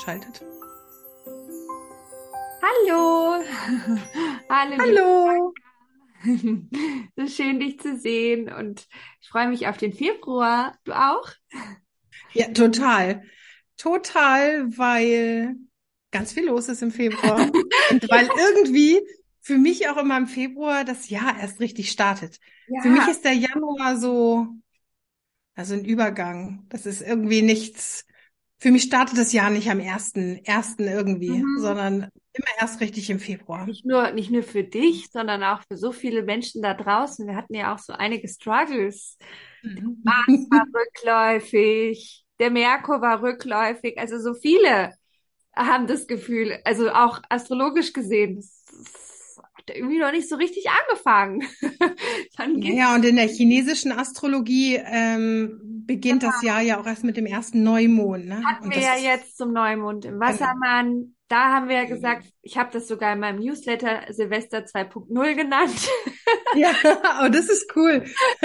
eingeschaltet. Hallo, hallo liebe Hallo! Anke. So schön, dich zu sehen und ich freue mich auf den Februar. Du auch? Ja, total. Total, weil ganz viel los ist im Februar und weil irgendwie für mich auch immer im Februar das Jahr erst richtig startet. Für mich Ja. ist der Januar so, also ein Übergang. Das ist irgendwie nichts. Für mich startet das Jahr nicht am ersten irgendwie, Mhm. sondern immer erst richtig im Februar. Nicht nur für dich, sondern auch für so viele Menschen da draußen. Wir hatten ja auch so einige Struggles. Der Mars war Mhm. rückläufig, der Merkur war rückläufig. Also so viele haben das Gefühl, also auch astrologisch gesehen, das hat irgendwie noch nicht so richtig angefangen. Dann Ja, geht's. ja, und in der chinesischen Astrologie beginnt das Jahr ja auch erst mit dem ersten Neumond, ne? Hatten Und wir ja das, jetzt zum Neumond im genau. Wassermann. Da haben wir ja gesagt, ich habe das sogar in meinem Newsletter Silvester 2.0 genannt. Ja, oh, das ist cool.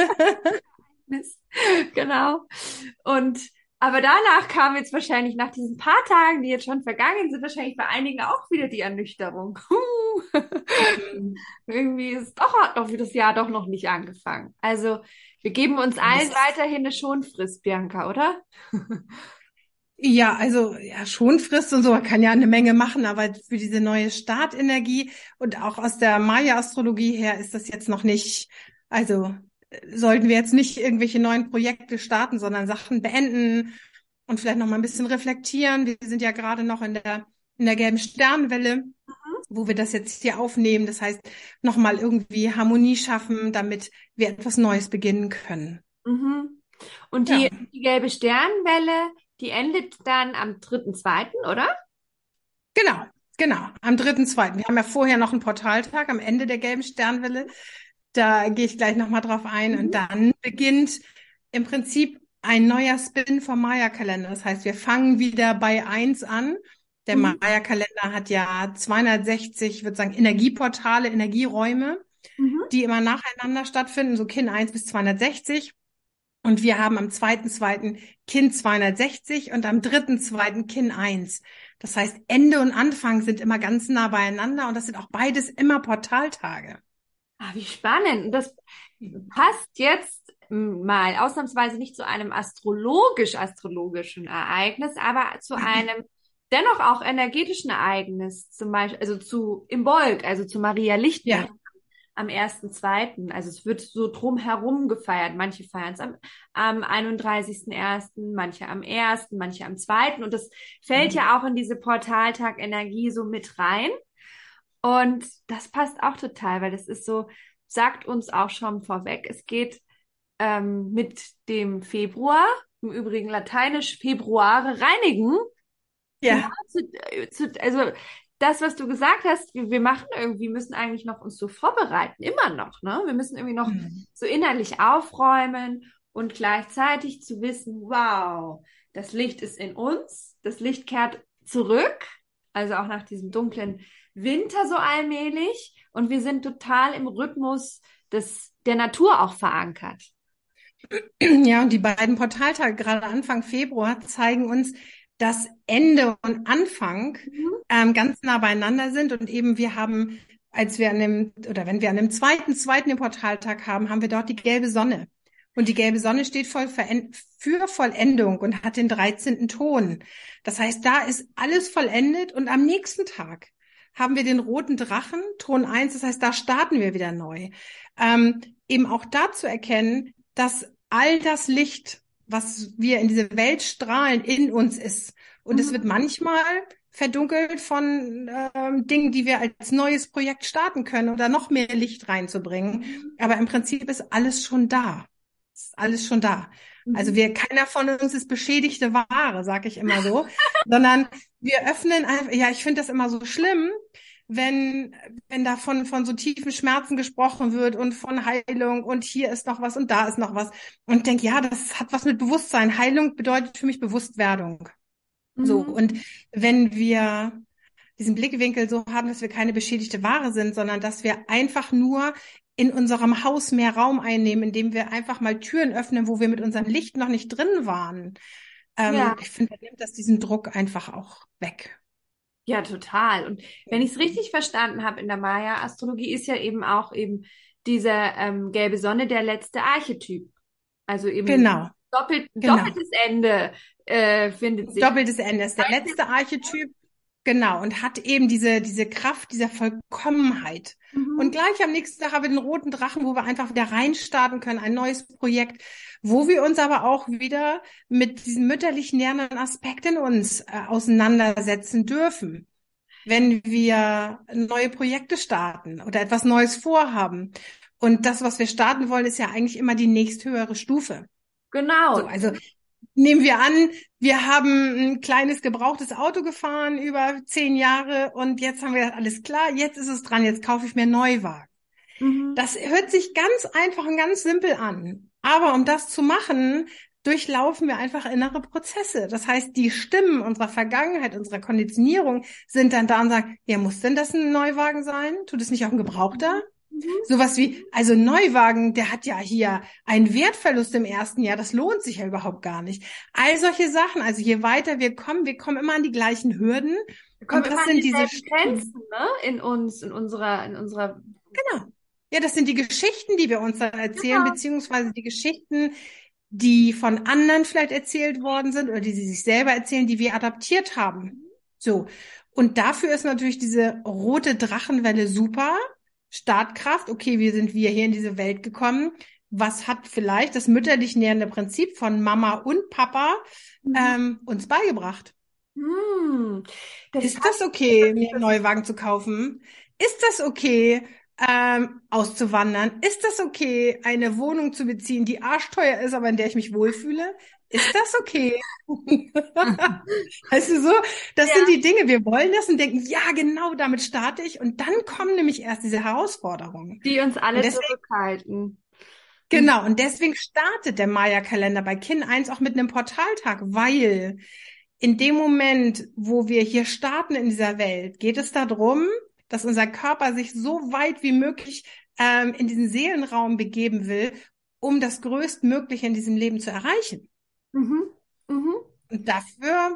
Mist. Genau. Und aber danach kam jetzt wahrscheinlich nach diesen paar Tagen, die jetzt schon vergangen sind, wahrscheinlich bei einigen auch wieder die Ernüchterung. Mhm. Irgendwie ist doch hat doch das Jahr doch noch nicht angefangen. Also wir geben uns Und allen das, weiterhin eine Schonfrist, Bianca, oder? ja, also ja, Schonfrist und so, man kann ja eine Menge machen, aber für diese neue Startenergie und auch aus der Maya-Astrologie her ist das jetzt noch nicht, also sollten wir jetzt nicht irgendwelche neuen Projekte starten, sondern Sachen beenden und vielleicht noch mal ein bisschen reflektieren. Wir sind ja gerade noch in der gelben Sternwelle, wo wir das jetzt hier aufnehmen. Das heißt, nochmal irgendwie Harmonie schaffen, damit wir etwas Neues beginnen können. Mhm. Und Ja, die gelbe Sternwelle, die endet dann am 3.2., oder? genau, genau. Am 3.2. Wir haben ja vorher noch einen Portaltag am Ende der gelben Sternwelle. Da gehe ich gleich nochmal drauf ein. Und Mhm. dann beginnt im Prinzip ein neuer Spin vom Maya-Kalender. Das heißt, wir fangen wieder bei eins an. Der Mhm. Maya-Kalender hat ja 260, ich würde sagen, Energieportale, Energieräume, Mhm. die immer nacheinander stattfinden, so Kin 1 bis 260. Und wir haben am 2.2. Kin 260 und am 3.2. Kin 1. Das heißt, Ende und Anfang sind immer ganz nah beieinander und das sind auch beides immer Portaltage. Ah, wie spannend. Und das passt jetzt mal ausnahmsweise nicht zu einem astrologischen Ereignis, aber zu einem dennoch auch energetischen Ereignis, zum Beispiel, also zu Imbolc, also zu Maria Lichtmess Ja. am 1.2. Also es wird so drumherum gefeiert. Manche feiern es am 31.1., manche am 1., manche am 2. Und das fällt Mhm. ja auch in diese Portaltag-Energie so mit rein. Und das passt auch total, weil das ist so, sagt uns auch schon vorweg, es geht mit dem Februar, im Übrigen lateinisch Februare, reinigen. Genau, Ja. also das, was du gesagt hast, wir machen irgendwie, müssen eigentlich noch uns so vorbereiten, immer noch, ne? Wir müssen irgendwie noch Mhm. so innerlich aufräumen und gleichzeitig zu wissen, wow, das Licht ist in uns, das Licht kehrt zurück, also auch nach diesem dunklen Winter so allmählich und wir sind total im Rhythmus der Natur auch verankert. Ja, und die beiden Portaltage, gerade Anfang Februar, zeigen uns, dass Ende und Anfang Mhm. ganz nah beieinander sind. Und eben wir haben, als wir an dem, oder wenn wir an dem zweiten den Portaltag haben, haben wir dort die gelbe Sonne. Und die gelbe Sonne steht für Vollendung und hat den 13. Ton. Das heißt, da ist alles vollendet und am nächsten Tag haben wir den roten Drachen, Ton 1. Das heißt, da starten wir wieder neu. Eben auch da zu erkennen, dass all das Licht, was wir in diese Welt strahlen, in uns ist. Und es wird Mhm. manchmal verdunkelt von Dingen, die wir als neues Projekt starten können oder noch mehr Licht reinzubringen. Mhm. Aber im Prinzip ist alles schon da. Ist alles schon da. Also Mhm. keiner von uns ist beschädigte Ware, sag ich immer so, sondern wir öffnen einfach, ja, ich finde das immer so schlimm, wenn, wenn da von so tiefen Schmerzen gesprochen wird und von Heilung und hier ist noch was und da ist noch was. Und denk, ja, das hat was mit Bewusstsein. Heilung bedeutet für mich Bewusstwerdung. So. Mhm. Und wenn wir diesen Blickwinkel so haben, dass wir keine beschädigte Ware sind, sondern dass wir einfach nur in unserem Haus mehr Raum einnehmen, indem wir einfach mal Türen öffnen, wo wir mit unserem Licht noch nicht drin waren, Ja. Ich finde, da nimmt das diesen Druck einfach auch weg. Ja, total. Und wenn ich es richtig verstanden habe in der Maya-Astrologie, ist ja eben auch eben diese gelbe Sonne der letzte Archetyp. Also eben Genau, genau. doppeltes Ende findet sich. Doppeltes Ende ist der letzte Archetyp. Genau, und hat eben diese Kraft dieser Vollkommenheit. Und Mhm. gleich am nächsten Tag haben wir den roten Drachen, wo wir einfach wieder reinstarten können, ein neues Projekt, wo wir uns aber auch wieder mit diesem mütterlich nährenden Aspekt in uns auseinandersetzen dürfen, wenn wir neue Projekte starten oder etwas Neues vorhaben. Und das, was wir starten wollen, ist ja eigentlich immer die nächsthöhere Stufe. So, Genau. also nehmen wir an, wir haben ein kleines gebrauchtes Auto gefahren über 10 Jahre und jetzt haben wir das alles klar, jetzt ist es dran, jetzt kaufe ich mir einen Neuwagen. Mhm. Das hört sich ganz einfach und ganz simpel an. Aber um das zu machen, durchlaufen wir einfach innere Prozesse. Das heißt, die Stimmen unserer Vergangenheit, unserer Konditionierung sind dann da und sagen, ja, muss denn das ein Neuwagen sein? Tut es nicht auch ein Gebrauchter? Mhm. Sowas wie, also Neuwagen, der hat ja hier einen Wertverlust im ersten Jahr, das lohnt sich ja überhaupt gar nicht. All solche Sachen, also je weiter wir kommen immer an die gleichen Hürden Wir kommen und immer das an sind diese dieselben Stimmen. Grenzen, ne? In uns, in unserer. Genau. Ja, das sind die Geschichten, die wir uns dann erzählen, Genau. beziehungsweise die Geschichten, die von anderen vielleicht erzählt worden sind oder die sie sich selber erzählen, die wir adaptiert haben. So. Und dafür ist natürlich diese rote Drachenwelle super. Startkraft. Okay, wir hier in diese Welt gekommen. Was hat vielleicht das mütterlich nährende Prinzip von Mama und Papa Mhm. uns beigebracht? Hm. Das Ist das okay, mir einen Neuwagen zu kaufen? Ist das okay, auszuwandern? Ist das okay, eine Wohnung zu beziehen, die arschteuer ist, aber in der ich mich wohlfühle? Ist das okay? Weißt du so, das sind ja, die Dinge. Wir wollen das und denken, ja, genau, damit starte ich. Und dann kommen nämlich erst diese Herausforderungen. die uns Und alle deswegen, zurückhalten. Mhm. genau, und deswegen startet der Maya-Kalender bei Kin 1 auch mit einem Portaltag, weil in dem Moment, wo wir hier starten in dieser Welt, geht es darum, dass unser Körper sich so weit wie möglich in diesen Seelenraum begeben will, um das Größtmögliche in diesem Leben zu erreichen. Mhm. Mhm. Und dafür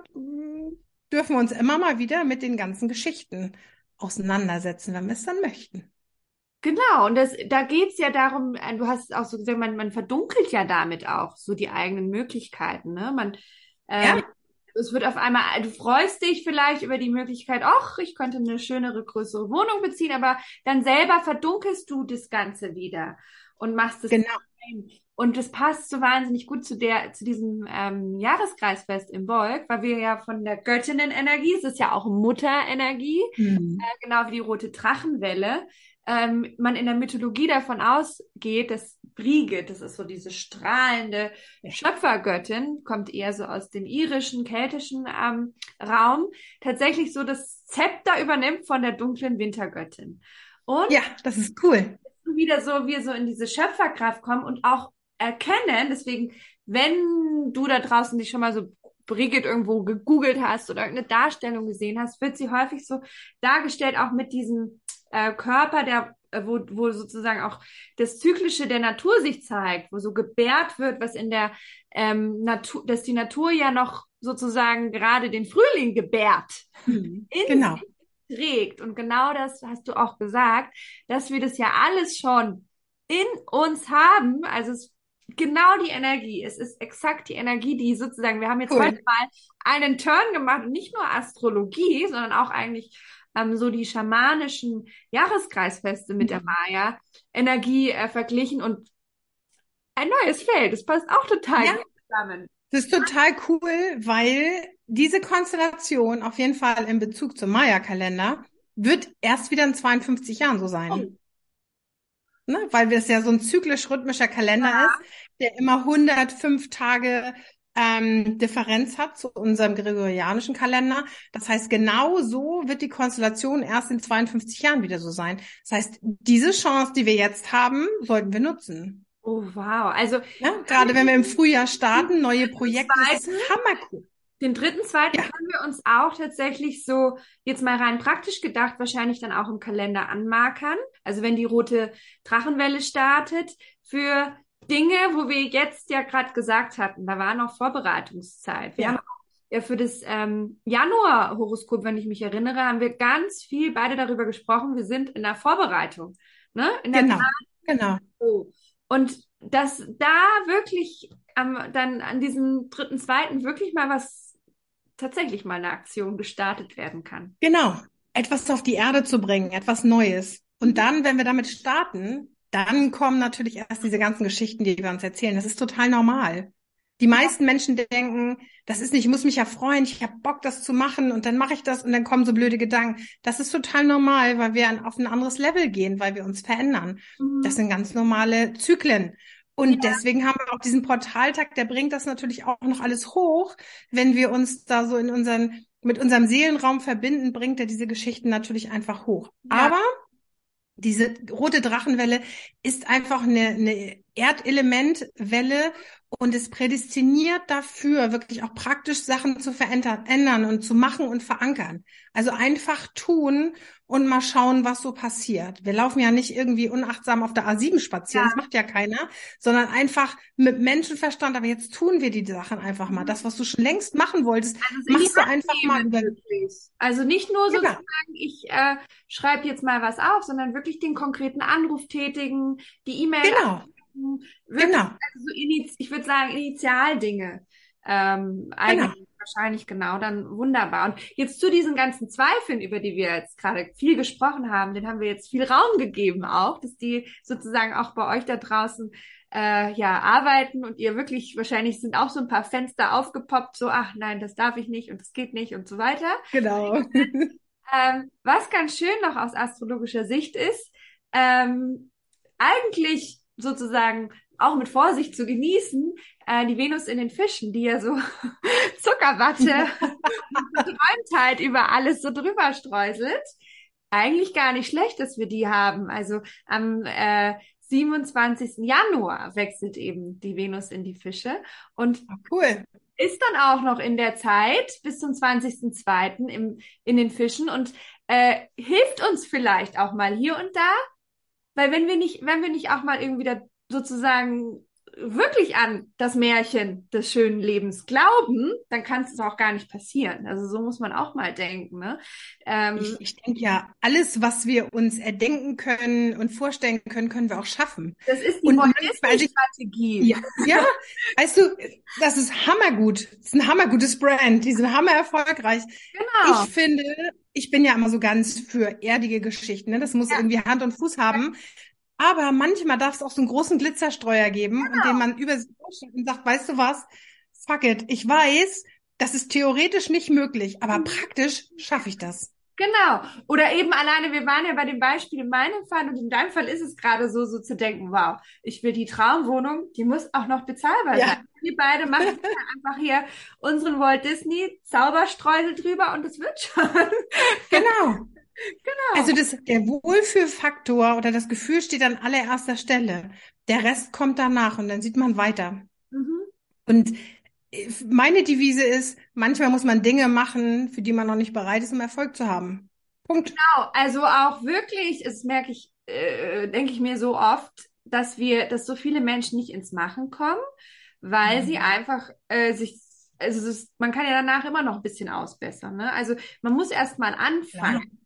dürfen wir uns immer mal wieder mit den ganzen Geschichten auseinandersetzen, wenn wir es dann möchten. Genau, und da geht's ja darum, du hast es auch so gesagt, man verdunkelt ja damit auch so die eigenen Möglichkeiten, ne? Ähm, Ja, Es wird auf einmal, du freust dich vielleicht über die Möglichkeit, ach, ich könnte eine schönere, größere Wohnung beziehen, aber dann selber verdunkelst du das Ganze wieder und machst es genau. klein. Und das passt so wahnsinnig gut zu diesem Jahreskreisfest im Volk, weil wir ja von der Göttinnenenergie, es ist ja auch Mutterenergie, Mhm. genau wie die rote Drachenwelle, man in der Mythologie davon ausgeht, dass Brigid, das ist so diese strahlende Ja. Schöpfergöttin, kommt eher so aus dem irischen, keltischen Raum, tatsächlich so das Zepter übernimmt von der dunklen Wintergöttin. Und Ja, das ist cool. wieder so, wir so in diese Schöpferkraft kommen und auch erkennen, deswegen, wenn du da draußen dich schon mal so Brigitte irgendwo gegoogelt hast oder irgendeine Darstellung gesehen hast, wird sie häufig so dargestellt, auch mit diesem Körper, wo sozusagen auch das Zyklische der Natur sich zeigt, wo so gebärt wird, was in der Natur, dass die Natur ja noch sozusagen gerade den Frühling gebärt, Mhm. in Genau. sich trägt. Und genau das hast du auch gesagt, dass wir das ja alles schon in uns haben. Also es genau die Energie. Es ist exakt die Energie, die sozusagen, wir haben jetzt heute Cool. mal einen Turn gemacht, und nicht nur Astrologie, sondern auch eigentlich so die schamanischen Jahreskreisfeste mit der Mhm. Maya-Energie verglichen und ein neues Feld. Das passt auch total Ja, gut zusammen. das ist total cool, weil diese Konstellation auf jeden Fall in Bezug zum Maya-Kalender wird erst wieder in 52 Jahren so Oh, sein. Ne? Weil es ja so ein zyklisch-rhythmischer Kalender ist, der immer 105 Tage Differenz hat zu unserem gregorianischen Kalender. Das heißt, genau so wird die Konstellation erst in 52 Jahren wieder so sein. Das heißt, diese Chance, die wir jetzt haben, sollten wir nutzen. oh wow. Also Ja? Gerade wenn wir im Frühjahr starten, neue Projekte, das ist zweiten hammercool. Den dritten, zweiten Ja. können wir uns auch tatsächlich so jetzt mal rein praktisch gedacht wahrscheinlich dann auch im Kalender anmarkern. Also wenn die rote Drachenwelle startet für Dinge, wo wir jetzt ja gerade gesagt hatten, da war noch Vorbereitungszeit. Wir haben Ja, ja für das Januar-Horoskop, wenn ich mich erinnere, haben wir ganz viel beide darüber gesprochen. Wir sind in der Vorbereitung, ne? In der genau, genau. Planung. Und dass da wirklich dann an diesem 3.2. wirklich mal was, tatsächlich mal eine Aktion gestartet werden kann. Genau, etwas auf die Erde zu bringen, etwas Neues. Und dann, wenn wir damit starten, dann kommen natürlich erst diese ganzen Geschichten, die wir uns erzählen. Das ist total normal. Die meisten Menschen denken, das ist nicht, ich muss mich ja freuen, ich habe Bock, das zu machen und dann mache ich das und dann kommen so blöde Gedanken. Das ist total normal, weil wir auf ein anderes Level gehen, weil wir uns verändern. Das Mhm. sind ganz normale Zyklen. Und Ja, deswegen haben wir auch diesen Portaltag, der bringt das natürlich auch noch alles hoch, wenn wir uns da so mit unserem Seelenraum verbinden, bringt er diese Geschichten natürlich einfach hoch. ja, Aber diese rote Drachenwelle ist einfach eine Erdelementwelle und ist prädestiniert dafür, wirklich auch praktisch Sachen zu verändern, ändern und zu machen und verankern. Also einfach tun und mal schauen, was so passiert. Wir laufen ja nicht irgendwie unachtsam auf der A7 spazieren, das ja. macht ja keiner, sondern einfach mit Menschenverstand. Aber jetzt tun wir die Sachen einfach mal. Mhm. Das, was du schon längst machen wolltest, Also es in die machst du Hand einfach mal nehmen, über. wirklich. Also nicht nur Genau, sozusagen, ich schreibe jetzt mal was auf, sondern wirklich den konkreten Anruf tätigen, die E-Mail genau, abschicken, wirklich, genau, also so ich würde sagen, Initialdinge. genau. Eigentlich wahrscheinlich genau, dann wunderbar. Und jetzt zu diesen ganzen Zweifeln, über die wir jetzt gerade viel gesprochen haben, den haben wir jetzt viel Raum gegeben auch, dass die sozusagen auch bei euch da draußen ja, arbeiten und ihr wirklich, wahrscheinlich sind auch so ein paar Fenster aufgepoppt, so, ach nein, das darf ich nicht und das geht nicht und so weiter. Genau. Was ganz schön noch aus astrologischer Sicht ist, eigentlich sozusagen auch mit Vorsicht zu genießen, die Venus in den Fischen, die ja so Zuckerwatte und Verträumtheit über alles so drüber streuselt. Eigentlich gar nicht schlecht, dass wir die haben. Also am 27. Januar wechselt eben die Venus in die Fische und Cool. ist dann auch noch in der Zeit bis zum 20.02. In den Fischen und hilft uns vielleicht auch mal hier und da, weil wenn wir nicht auch mal irgendwie da sozusagen wirklich an das Märchen des schönen Lebens glauben, dann kann es auch gar nicht passieren. Also so muss man auch mal denken, ne? Ich denke ja, alles, was wir uns erdenken können und vorstellen können, können wir auch schaffen. Das ist die Und Walt manchmal, Disney-Strategie. ja, ja, weißt du, das ist hammergut. Das ist ein hammergutes Brand. Die sind hammer erfolgreich. Ich Genau. finde, ich bin ja immer so ganz für erdige Geschichten, ne? Das muss Ja, irgendwie Hand und Fuß haben. Aber manchmal darf es auch so einen großen Glitzerstreuer geben und den genau. man über sich ausstellt und sagt, weißt du was? Fuck it. Ich weiß, das ist theoretisch nicht möglich, aber praktisch schaffe ich das. Genau. Oder eben alleine, wir waren ja bei dem Beispiel in meinem Fall und in deinem Fall ist es gerade so, so zu denken, wow, ich will die Traumwohnung, die muss auch noch bezahlbar sein. Ja, Wir beide machen einfach hier unseren Walt Disney Zauberstreusel drüber und es wird schon. genau. Genau. Also der Wohlfühlfaktor oder das Gefühl steht an allererster Stelle. Der Rest kommt danach und dann sieht man weiter. Mhm. Und meine Devise ist, manchmal muss man Dinge machen, für die man noch nicht bereit ist, um Erfolg zu haben. Punkt. Genau. Also auch wirklich, das merke ich, denke ich mir so oft, dass so viele Menschen nicht ins Machen kommen, weil sie Mhm. einfach also man kann ja danach immer noch ein bisschen ausbessern, ne? Also man muss erst mal Klar. anfangen.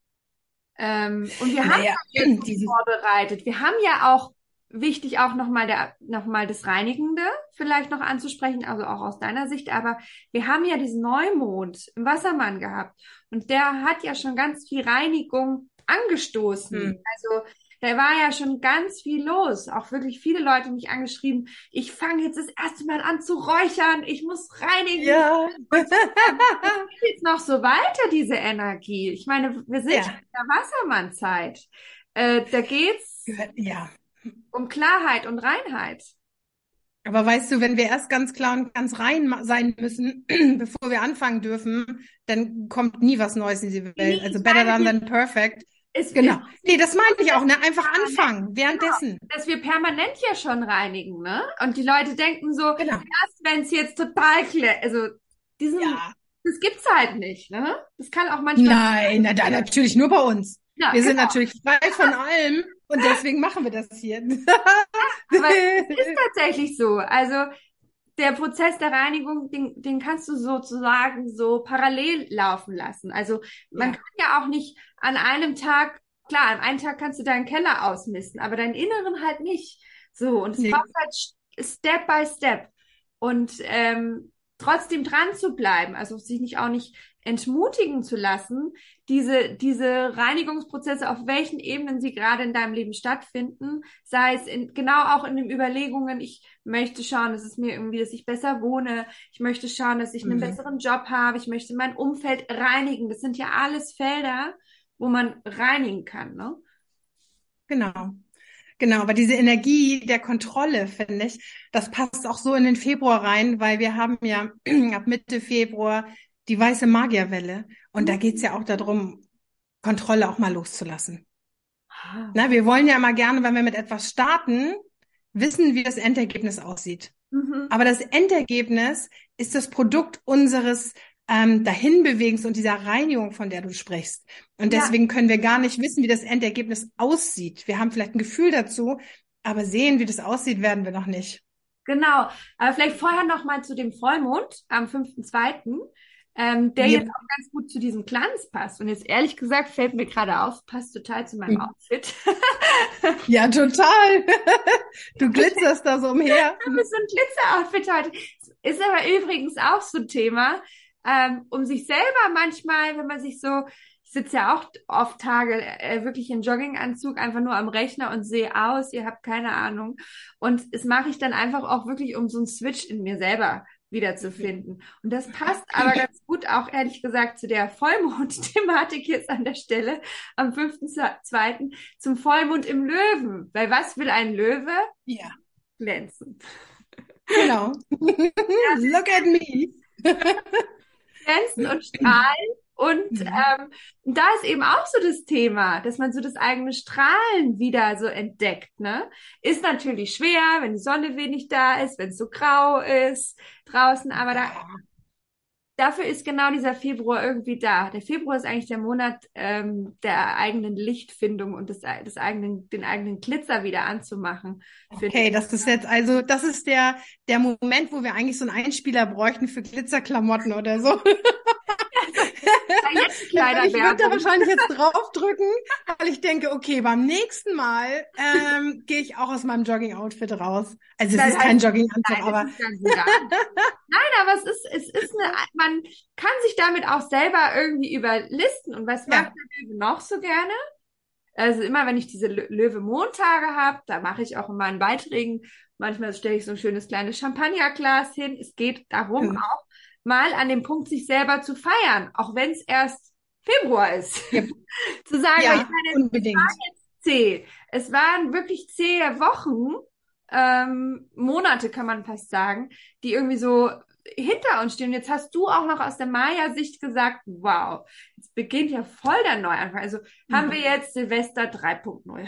Und wir haben Naja, ja jetzt uns dieses, vorbereitet. Wir haben ja auch wichtig auch noch mal das Reinigende vielleicht noch anzusprechen, also auch aus deiner Sicht. Aber wir haben ja diesen Neumond im Wassermann gehabt und der hat ja schon ganz viel Reinigung angestoßen. hm, Also da war ja schon ganz viel los. Auch wirklich viele Leute mich angeschrieben. Ich fange jetzt das erste Mal an zu räuchern. Ich muss reinigen. ja, Und jetzt noch so weiter, diese Energie. Ich meine, wir sind schon ja, in der Wassermannzeit. Da geht's ja. um Klarheit und Reinheit. Aber weißt du, wenn wir erst ganz klar und ganz rein sein müssen, bevor wir anfangen dürfen, dann kommt nie was Neues in diese Nee, Welt. Also ich better meine, done than perfect. es Genau. Nee, das so, meinte ich auch, dass ne? wir Einfach permanent, anfangen, genau, währenddessen. dass wir permanent ja schon reinigen, ne? Und die Leute denken so, Genau. erst wenn es jetzt total klar, also diesen, Ja. das gibt's halt nicht, ne? Das kann auch manchmal, Nein, na da natürlich nur bei uns. ja, Wir sind genau. natürlich frei von allem Und deswegen machen wir das hier. Aber es ist tatsächlich so. Also der Prozess der Reinigung, den kannst du sozusagen so parallel laufen lassen. Also man Ja, kann ja auch nicht an einem Tag, klar, an einem Tag kannst du deinen Keller ausmisten, aber deinen Inneren halt nicht. So, und es nee, braucht halt Step by Step. Und trotzdem dran zu bleiben, also sich nicht auch nicht entmutigen zu lassen, diese Reinigungsprozesse, auf welchen Ebenen sie gerade in deinem Leben stattfinden, sei es genau auch in den Überlegungen, ich möchte schauen, dass es mir irgendwie, dass ich besser wohne, ich möchte schauen, dass ich einen mhm. besseren Job habe, ich möchte mein Umfeld reinigen. Das sind ja alles Felder, wo man reinigen kann, ne? Genau. Genau, aber diese Energie der Kontrolle, finde ich, das passt auch so in den Februar rein, weil wir haben ja ab Mitte Februar die weiße Magierwelle. Und da geht's ja auch darum, Kontrolle auch mal loszulassen. Na, wir wollen ja immer gerne, wenn wir mit etwas starten, wissen, wie das Endergebnis aussieht. Mhm. Aber das Endergebnis ist das Produkt unseres Dahinbewegens und dieser Reinigung, von der du sprichst. Und Ja, deswegen können wir gar nicht wissen, wie das Endergebnis aussieht. Wir haben vielleicht ein Gefühl dazu, aber sehen, wie das aussieht, werden wir noch nicht. genau. Aber vielleicht vorher noch mal zu dem Vollmond am 5.2., der jetzt Wir, auch ganz gut zu diesem Glanz passt. Und jetzt ehrlich gesagt fällt mir gerade auf, passt total zu meinem Outfit. ja, total. Du glitzerst da so umher. Habe so ein Glitzer-Outfit heute. Ist aber übrigens auch so ein Thema, um sich selber manchmal, wenn man sich so, ich sitze ja auch oft Tage wirklich in Jogginganzug, einfach nur am Rechner und sehe aus, ihr habt keine Ahnung. Und das mache ich dann einfach auch wirklich, um so einen Switch in mir selber wiederzufinden. Und das passt aber ganz gut auch ehrlich gesagt zu der Vollmond-Thematik jetzt an der Stelle am 5.2. zum Vollmond im Löwen. Weil was will ein Löwe? Ja, Glänzen. genau. Look at me. Glänzen und strahlen. Und da ist eben auch so das Thema, dass man so das eigene Strahlen wieder so entdeckt, ne? Ist natürlich schwer, wenn die Sonne wenig da ist, wenn es so grau ist draußen, aber dafür ist genau dieser Februar irgendwie da. Der Februar ist eigentlich der Monat der eigenen Lichtfindung und den eigenen Glitzer wieder anzumachen, finde Okay, das ist jetzt also, das ist der Moment, wo wir eigentlich so einen Einspieler bräuchten für Glitzerklamotten oder so. ich. Ich würde da Kleiderwerbung. wahrscheinlich jetzt draufdrücken, weil ich denke, okay, beim nächsten Mal gehe ich auch aus meinem Jogging-Outfit raus. Also es Das ist kein heißt, Jogginganzug, nein, das aber ist ganz und gar nicht. Nein, aber es ist man kann sich damit auch selber irgendwie überlisten. Und was macht ja. der Löwe noch so gerne? Also immer, wenn ich diese Löwe-Montage habe, da mache ich auch in meinen Beiträgen, manchmal stelle ich so ein schönes kleines Champagnerglas hin. Es geht darum, Mhm. auch mal an dem Punkt sich selber zu feiern, auch wenn es erst Februar ist. Ja, Zu sagen, weil ich ja, meine, es war unbedingt. jetzt zäh. Es waren wirklich zähe Wochen, Monate kann man fast sagen, die irgendwie so hinter uns stehen. Jetzt hast du auch noch aus der Maya-Sicht gesagt, wow, jetzt beginnt ja voll der Neuanfang. Also haben wir Mhm. jetzt Silvester 3.0.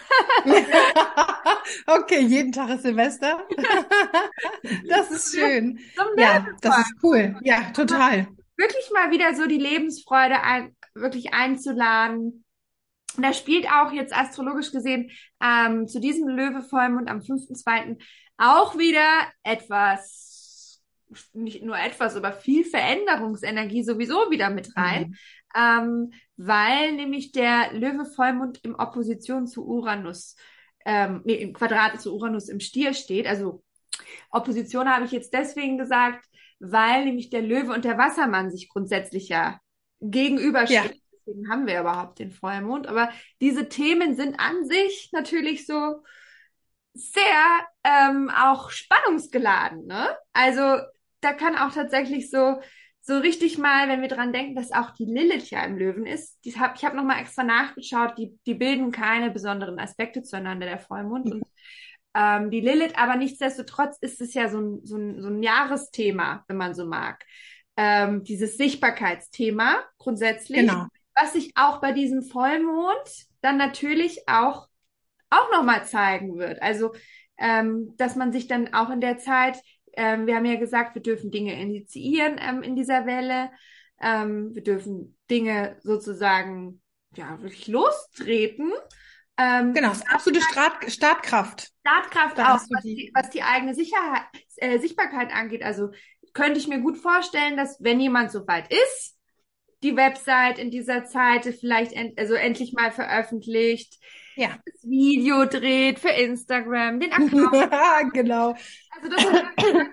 Okay, jeden Tag ist Silvester. Das ist schön. Zum Ja, das Löwenfeuer. ist cool. Ja, total. Wirklich mal wieder so die Lebensfreude wirklich einzuladen. Und da spielt auch jetzt astrologisch gesehen zu diesem Löwe-Vollmond am 5.2. auch wieder etwas, nicht nur etwas, aber viel Veränderungsenergie sowieso wieder mit rein, Mhm. weil nämlich der Löwe-Vollmond in Opposition zu Uranus, nee, im Quadrat zu Uranus im Stier steht. Also Opposition habe ich jetzt deswegen gesagt, weil nämlich der Löwe und der Wassermann sich grundsätzlich ja Ja, gegenüberstehen. Deswegen haben wir überhaupt den Vollmond. Aber diese Themen sind an sich natürlich so sehr auch spannungsgeladen, ne? Also da kann auch tatsächlich so richtig mal, wenn wir dran denken, dass auch die Lilith ja im Löwen ist. Ich hab noch mal extra nachgeschaut, die bilden keine besonderen Aspekte zueinander, der Vollmond. Und die Lilith, aber nichtsdestotrotz ist es ja so ein Jahresthema, wenn man so mag. Dieses Sichtbarkeitsthema grundsätzlich, genau. was sich auch bei diesem Vollmond dann natürlich auch nochmal zeigen wird. Also, dass man sich dann auch in der Zeit, wir haben ja gesagt, wir dürfen Dinge initiieren in dieser Welle. Wir dürfen Dinge sozusagen ja wirklich lostreten. Genau, das ist absolute Startkraft. Startkraft Da auch, hast du die. was die eigene Sichtbarkeit angeht. Also könnte ich mir gut vorstellen, dass wenn jemand so weit ist, die Website in dieser Zeit vielleicht also endlich mal veröffentlicht, Ja. das Video dreht für Instagram, den Account. Genau. Also das sind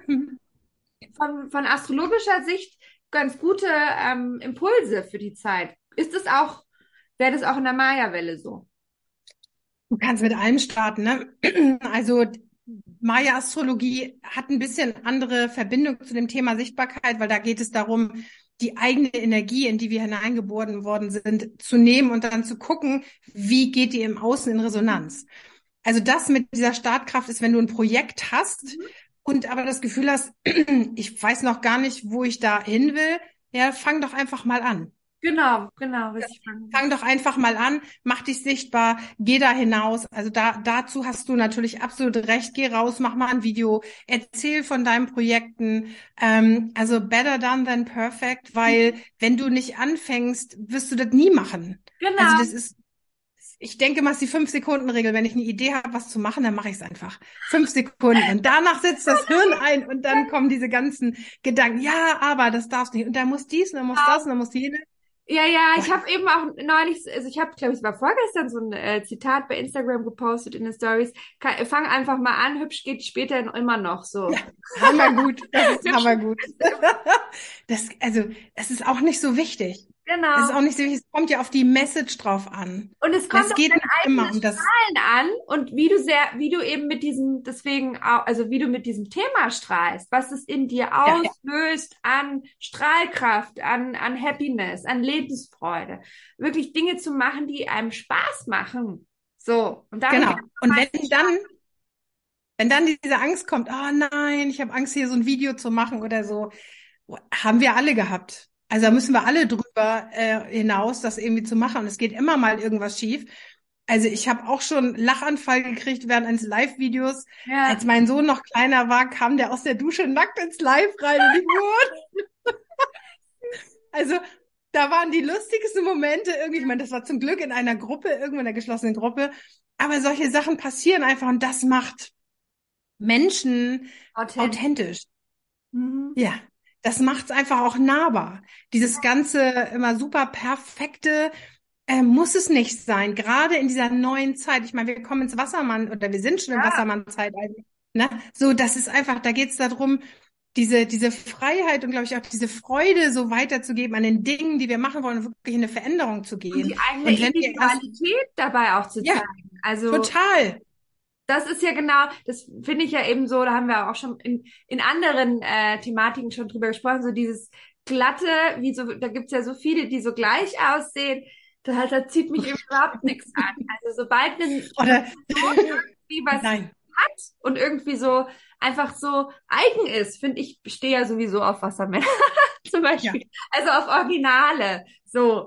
von astrologischer Sicht ganz gute Impulse für die Zeit. Wäre das auch in der Maya-Welle so? Du kannst mit allem starten, ne? Also Maya-Astrologie hat ein bisschen andere Verbindung zu dem Thema Sichtbarkeit, weil da geht es darum, die eigene Energie, in die wir hineingeboren worden sind, zu nehmen und dann zu gucken, wie geht die im Außen in Resonanz. Also das mit dieser Startkraft ist, wenn du ein Projekt hast Mhm. und aber das Gefühl hast, ich weiß noch gar nicht, wo ich da hin will, ja, fang doch einfach mal an. Genau, Ja. richtig. Fang doch einfach mal an, mach dich sichtbar, geh da hinaus. Also dazu hast du natürlich absolut recht. Geh raus, mach mal ein Video, erzähl von deinen Projekten. Also better done than perfect, weil wenn du nicht anfängst, wirst du das nie machen. Also Genau. das ist, ich denke mal, es ist die 5-Sekunden-Regel. Wenn ich eine Idee habe, was zu machen, dann mache ich es einfach. 5 Sekunden. Und danach setzt das Hirn ein und dann kommen diese ganzen Gedanken. Ja, aber das darfst du nicht. Und da muss dies und dann muss das und dann muss jene. Ja, ja, Oh, ich habe eben auch neulich, also ich habe, glaube ich, es war vorgestern so ein Zitat bei Instagram gepostet in den Stories. Fang einfach mal an, hübsch geht später immer noch ja, so. hammergut. Das ist Hübsch, hammergut. Also, es ist auch nicht so wichtig. Es ist genau. auch nicht so wichtig. Es kommt ja auf die Message drauf an. Und es kommt Es auf geht dein nicht immer eigenes um das. Strahlen an und wie du eben mit diesem, deswegen auch, also wie du mit diesem Thema strahlst, was es in dir Ja, auslöst an Strahlkraft, an Happiness, an Lebensfreude. Wirklich Dinge zu machen, die einem Spaß machen. So. Und darin genau. kann man Und meistens wenn dann diese Angst kommt, oh nein, ich habe Angst, hier so ein Video zu machen oder so, haben wir alle gehabt. Also da müssen wir alle drüber hinaus, das irgendwie zu machen. Und es geht immer mal irgendwas schief. Also ich habe auch schon Lachanfall gekriegt während eines Live-Videos. Als ja, mein Sohn noch kleiner war, kam der aus der Dusche nackt ins Live rein und ich, what? Also da waren die lustigsten Momente irgendwie. Ich meine, das war zum Glück in einer Gruppe, irgendwo in einer geschlossenen Gruppe. Aber solche Sachen passieren einfach und das macht Menschen authentisch. authentisch. Mhm. Ja, das macht's einfach auch nahbar. Dieses ganze immer super perfekte muss es nicht sein. Gerade in dieser neuen Zeit. Ich meine, wir kommen ins Wassermann oder wir sind schon im Ja, Wassermann-Zeitalter. Ne? So, das ist einfach, da geht's darum, diese Freiheit und glaube ich auch diese Freude so weiterzugeben an den Dingen, die wir machen wollen, und wirklich in eine Veränderung zu und gehen. die eigene Und wenn wir erst, Individualität dabei auch zu ja, zeigen. Also total. das ist ja genau, das finde ich ja eben so, da haben wir auch schon in anderen Thematiken schon drüber gesprochen, so dieses glatte, wie so, da gibt's ja so viele, die so gleich aussehen, da zieht mich eben überhaupt nichts an. Also sobald eine Oder Person irgendwie was nein. hat und irgendwie so einfach so eigen ist, finde ich stehe ja sowieso auf Wassermänner zum Ja. Beispiel, also auf Originale, so.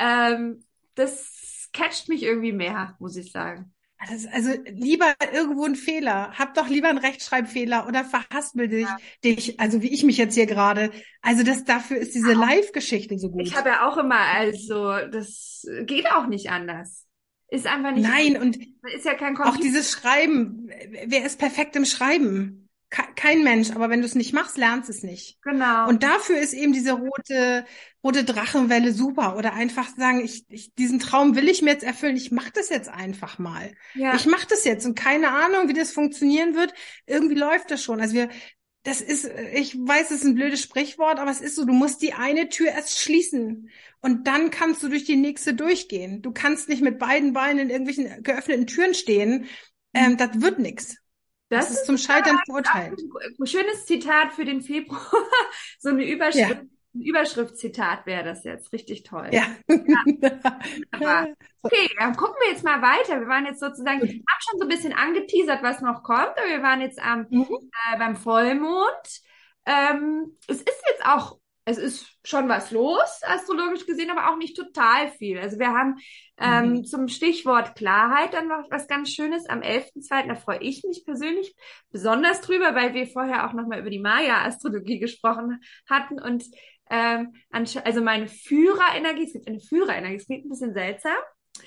Das catcht mich irgendwie mehr, muss ich sagen. Also lieber irgendwo ein Fehler. Hab doch lieber einen Rechtschreibfehler oder verhaspel dich, also wie ich mich jetzt hier gerade. Also dafür ist diese Live-Geschichte so Ich gut. habe ja auch immer, also, das geht auch nicht anders. Ist einfach nicht anders. Nein, und Man ist ja kein auch Computer. dieses Schreiben. Wer ist perfekt im Schreiben? Kein Mensch, aber wenn du es nicht machst, lernst es nicht. Genau. Und dafür ist eben diese rote Drachenwelle super. Oder einfach sagen, diesen Traum will ich mir jetzt erfüllen. Ich mache das jetzt einfach mal. Ich Ja, mache das jetzt und keine Ahnung, wie das funktionieren wird. Irgendwie läuft das schon. Das ist, ich weiß, es ist ein blödes Sprichwort, aber es ist so, du musst die eine Tür erst schließen und dann kannst du durch die nächste durchgehen. Du kannst nicht mit beiden Beinen in irgendwelchen geöffneten Türen stehen. Das wird nix. Das das ist ist zum Scheitern verurteilt. ein schönes Zitat für den Februar. So eine Ja, Ein Überschriftzitat wäre das jetzt. Richtig toll. ja. Aber okay, dann gucken wir jetzt mal weiter. Wir waren jetzt sozusagen, Gut. haben schon so ein bisschen angeteasert, was noch kommt, aber wir waren jetzt Mhm. beim Vollmond. Es ist jetzt auch, es ist schon was los, astrologisch gesehen, aber auch nicht total viel. Also wir haben Mhm. zum Stichwort Klarheit dann noch was ganz Schönes am 11.2. Da freue ich mich persönlich besonders drüber, weil wir vorher auch nochmal über die Maya-Astrologie gesprochen hatten und also meine Führerenergie, es gibt eine Führerenergie, es klingt ein bisschen seltsam,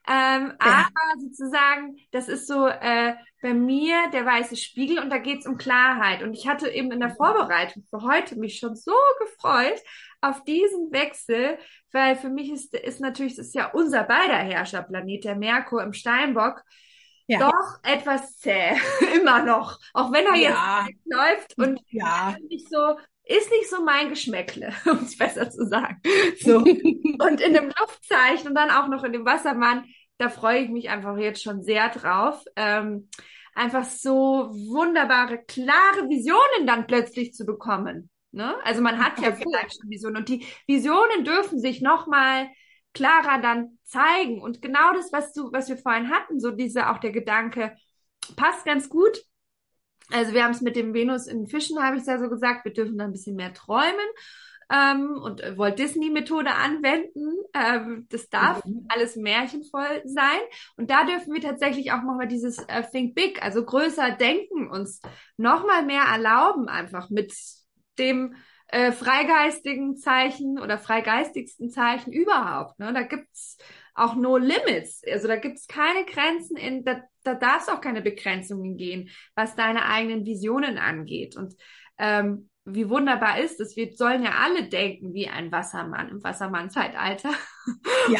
Aber sozusagen, das ist so bei mir der weiße Spiegel und da geht's um Klarheit. Und ich hatte eben in der Vorbereitung für heute mich schon so gefreut auf diesen Wechsel, weil für mich ist natürlich, das ist ja unser beider Herrscherplanet, der Merkur im Steinbock, Ja, doch etwas zäh, immer noch. Auch wenn er jetzt ja, läuft und ja. ist nicht so mein Geschmäckle, um es besser zu sagen. So. Und in dem Luftzeichen und dann auch noch in dem Wassermann, da freue ich mich einfach jetzt schon sehr drauf. Einfach so wunderbare, klare Visionen dann plötzlich zu bekommen. Ne? Also man hat ja vielleicht schon Visionen und die Visionen dürfen sich nochmal klarer dann zeigen. Und genau das, was wir vorhin hatten, so auch der Gedanke, passt ganz gut. Also wir haben es mit dem Venus in Fischen, habe ich ja so gesagt, wir dürfen da ein bisschen mehr träumen und Walt Disney-Methode anwenden. Das darf alles märchenvoll sein. Und da dürfen wir tatsächlich auch nochmal dieses Think Big, also größer denken, uns nochmal mehr erlauben, einfach mit dem freigeistigen Zeichen oder freigeistigsten Zeichen überhaupt. Ne? Da gibt's auch No Limits. Also da gibt's keine Grenzen da darf es auch keine Begrenzungen gehen, was deine eigenen Visionen angeht. Und wie wunderbar ist es, wir sollen ja alle denken wie ein Wassermann im Wassermann-Zeitalter. Ja,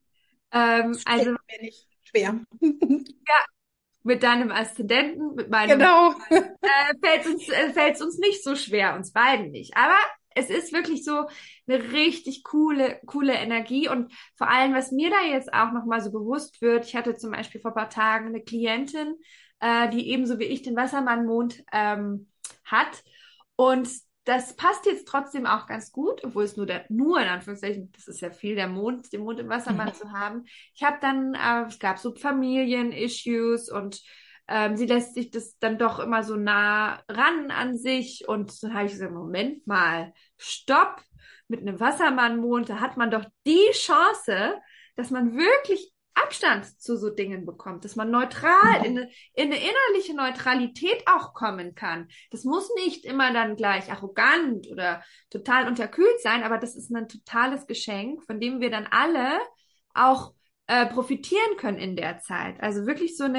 Also mir nicht schwer. ja, mit deinem Aszendenten, mit meinem Genau. fällt's uns nicht so schwer, uns beiden nicht. Aber es ist wirklich so eine richtig coole Energie und vor allem, was mir da jetzt auch nochmal so bewusst wird, ich hatte zum Beispiel vor ein paar Tagen eine Klientin, die ebenso wie ich den Wassermann-Mond hat und das passt jetzt trotzdem auch ganz gut, obwohl es nur in Anführungszeichen, das ist ja viel den Mond im Wassermann zu haben. Ich habe dann, es gab so Familien-Issues und sie lässt sich das dann doch immer so nah ran an sich und dann habe ich gesagt, Moment mal, stopp, mit einem Wassermann-Mond, da hat man doch die Chance, dass man wirklich Abstand zu so Dingen bekommt, dass man neutral in eine innerliche Neutralität auch kommen kann. Das muss nicht immer dann gleich arrogant oder total unterkühlt sein, aber das ist ein totales Geschenk, von dem wir dann alle auch profitieren können in der Zeit. Also wirklich so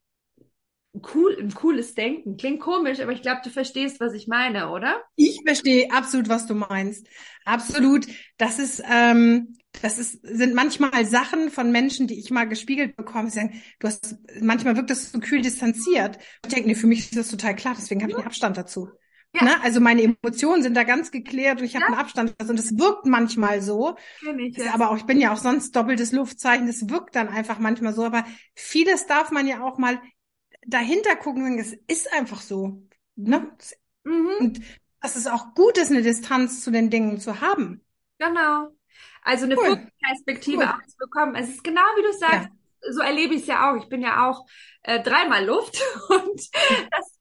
ein cooles Denken. Klingt komisch, aber ich glaube, du verstehst, was ich meine, oder? Ich verstehe absolut, was du meinst. Absolut. Sind manchmal Sachen von Menschen, die ich mal gespiegelt bekomme, die sagen, manchmal wirkt das so kühl distanziert. Ich denke, nee, für mich ist das total klar, deswegen habe ich einen Abstand dazu. Ja, Ne? Also meine Emotionen sind da ganz geklärt und ich habe ja, einen Abstand dazu. Und es wirkt manchmal so. kenn ich, Ist ja. aber auch, ich bin ja auch sonst doppeltes Luftzeichen, das wirkt dann einfach manchmal so. Aber vieles darf man ja auch mal dahinter gucken und sagen, es ist einfach so. Ne? Mhm, Und dass es auch gut ist, eine Distanz zu den Dingen zu haben. genau. Also eine Cool, Vogelperspektive cool. auch zu bekommen. Es ist genau wie du sagst, Ja. so erlebe ich es ja auch. Ich bin ja auch dreimal Luft und das,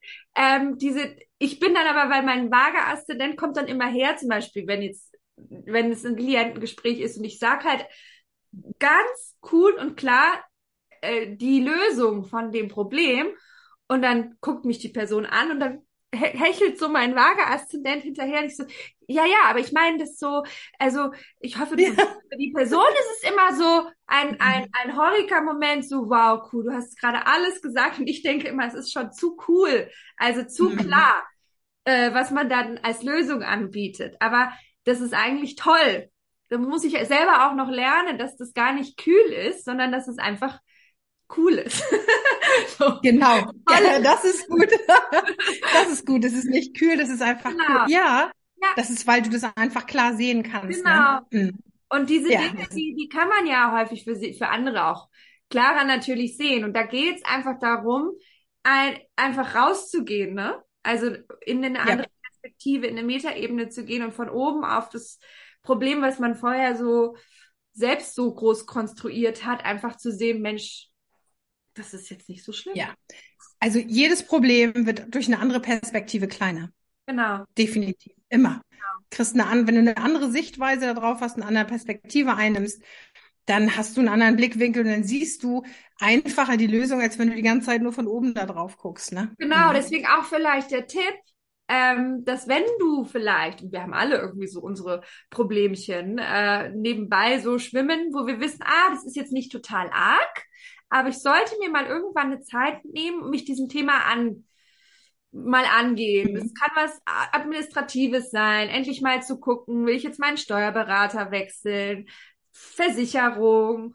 ich bin dann aber, weil mein Vaga-Aszendent kommt dann immer her, zum Beispiel, wenn es ein Klientengespräch ist und ich sage halt ganz cool und klar die Lösung von dem Problem und dann guckt mich die Person an und dann hechelt so mein vager Aszendent hinterher und ich so, ja, ja, aber ich meine das so, also ich hoffe, Ja. für die Person ist es immer so ein Heureka-Moment, so wow, cool, du hast gerade alles gesagt und ich denke immer, es ist schon zu cool, also zu Mhm. klar, was man dann als Lösung anbietet. Aber das ist eigentlich toll. Da muss ich selber auch noch lernen, dass das gar nicht kühl ist, sondern dass es einfach cool ist. So, Genau. Ja, tolle, das ist gut. Das ist gut. Das ist nicht kühl, das ist einfach cool. genau. Ja, Ja, das ist, weil du das einfach klar sehen kannst, ne? genau. Mhm. Und diese Ja. Dinge, die kann man ja häufig für andere auch klarer natürlich sehen. Und da geht es einfach darum, einfach rauszugehen, ne? Also in eine Ja. andere Perspektive, in eine Metaebene zu gehen und von oben auf das Problem, was man vorher so selbst so groß konstruiert hat, einfach zu sehen, Mensch, das ist jetzt nicht so schlimm. Ja. Also jedes Problem wird durch eine andere Perspektive kleiner. Genau. Definitiv. Immer. Wenn du eine andere Sichtweise darauf hast, eine andere Perspektive einnimmst, dann hast du einen anderen Blickwinkel und dann siehst du einfacher die Lösung, als wenn du die ganze Zeit nur von oben da drauf guckst, ne? Genau, Mhm. deswegen auch vielleicht der Tipp, dass wenn du vielleicht, und wir haben alle irgendwie so unsere Problemchen, nebenbei so schwimmen, wo wir wissen, das ist jetzt nicht total arg, aber ich sollte mir mal irgendwann eine Zeit nehmen und mich diesem Thema mal angehen. Es Mhm. kann was Administratives sein, endlich mal zu gucken, will ich jetzt meinen Steuerberater wechseln, Versicherung,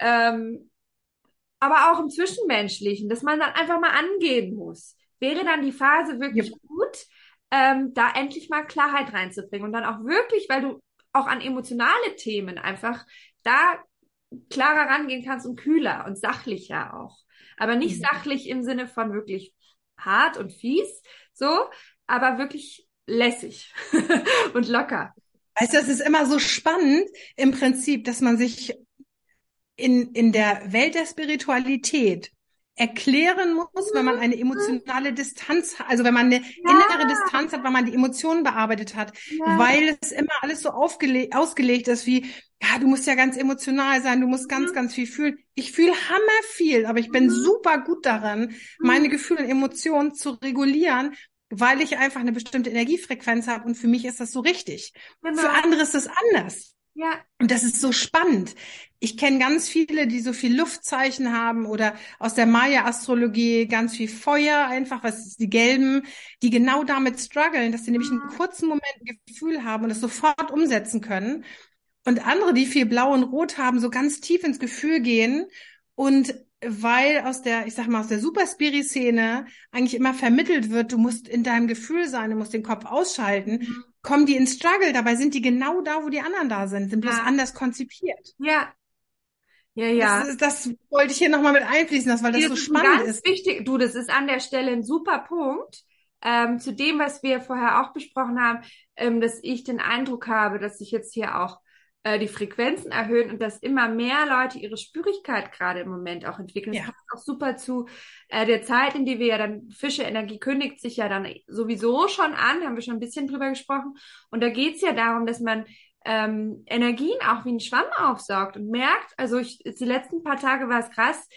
aber auch im Zwischenmenschlichen, dass man dann einfach mal angehen muss. Wäre dann die Phase wirklich Yep. gut, da endlich mal Klarheit reinzubringen und dann auch wirklich, weil du auch an emotionale Themen einfach da klarer rangehen kannst und kühler und sachlicher auch. Aber nicht Mhm. sachlich im Sinne von wirklich hart und fies, so, aber wirklich lässig und locker. Weißt du, es ist immer so spannend im Prinzip, dass man sich in der Welt der Spiritualität erklären muss, wenn man eine emotionale Distanz, also wenn man eine innere Ja, Distanz hat, weil man die Emotionen bearbeitet hat, ja, weil es immer alles so ausgelegt ist wie, ja, du musst ja ganz emotional sein, du musst ganz, mhm, ganz viel fühlen. Ich fühle hammer viel, aber ich bin mhm, super gut darin, mhm, meine Gefühle und Emotionen zu regulieren, weil ich einfach eine bestimmte Energiefrequenz habe und für mich ist das so richtig. Für genau, andere ist es anders. ja, Und das ist so spannend. Ich kenne ganz viele, die so viel Luftzeichen haben oder aus der Maya-Astrologie ganz viel Feuer, einfach, was ist die Gelben, die genau damit strugglen, dass sie nämlich einen mhm, kurzen Moment ein Gefühl haben und es sofort umsetzen können. Und andere, die viel Blau und Rot haben, so ganz tief ins Gefühl gehen und weil aus der, ich sag mal, aus der Super-Spiri-Szene eigentlich immer vermittelt wird, du musst in deinem Gefühl sein, du musst den Kopf ausschalten, mhm, kommen die ins Struggle. Dabei sind die genau da, wo die anderen da sind bloß ja, anders konzipiert. ja, ja, ja. Das wollte ich hier nochmal mit einfließen lassen, weil Nee, das das so ist ein spannend ganz ist. wichtig, du, das ist an der Stelle ein super Punkt. Zu dem, was wir vorher auch besprochen haben, dass ich den Eindruck habe, dass sich jetzt hier auch die Frequenzen erhöhen und dass immer mehr Leute ihre Spürigkeit gerade im Moment auch entwickeln. Das Ja, passt auch super zu der Zeit, in die wir ja dann, Fische-Energie kündigt sich ja dann sowieso schon an, haben wir schon ein bisschen drüber gesprochen. Und da geht's ja darum, dass man Energien auch wie ein Schwamm aufsaugt und merkt, also die letzten paar Tage war es krass,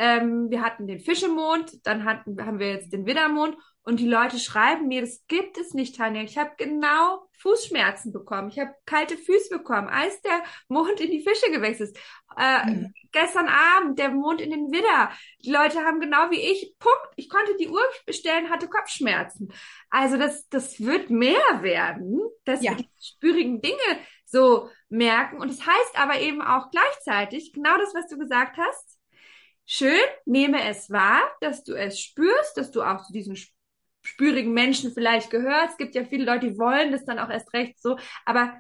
wir hatten den Fischemond, haben wir jetzt den Widdermond und die Leute schreiben mir, das gibt es nicht, Tanja. Ich habe genau Fußschmerzen bekommen. Ich habe kalte Füße bekommen, als der Mond in die Fische gewechselt ist. mhm. Gestern Abend der Mond in den Widder. Die Leute haben genau wie ich, Punkt. Ich konnte die Uhr bestellen, hatte Kopfschmerzen. Also das wird mehr werden, dass wir Ja, die spürigen Dinge so merken. Und das heißt aber eben auch gleichzeitig, genau das, was du gesagt hast, schön, nehme es wahr, dass du es spürst, dass du auch zu diesen spürigen Menschen vielleicht gehörst. Es gibt ja viele Leute, die wollen das dann auch erst recht so, aber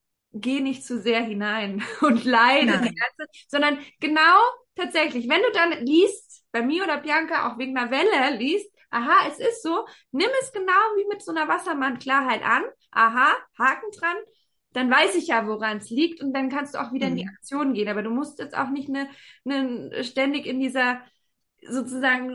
geh nicht zu sehr hinein und leide die nein. ganze, sondern genau tatsächlich, wenn du dann liest, bei mir oder Bianca auch wegen einer Welle liest, aha, es ist so, nimm es genau wie mit so einer Wassermann-Klarheit an, aha, Haken dran, dann weiß ich ja, woran es liegt und dann kannst du auch wieder in die Mhm. Aktion gehen. Aber du musst jetzt auch nicht ständig in dieser sozusagen,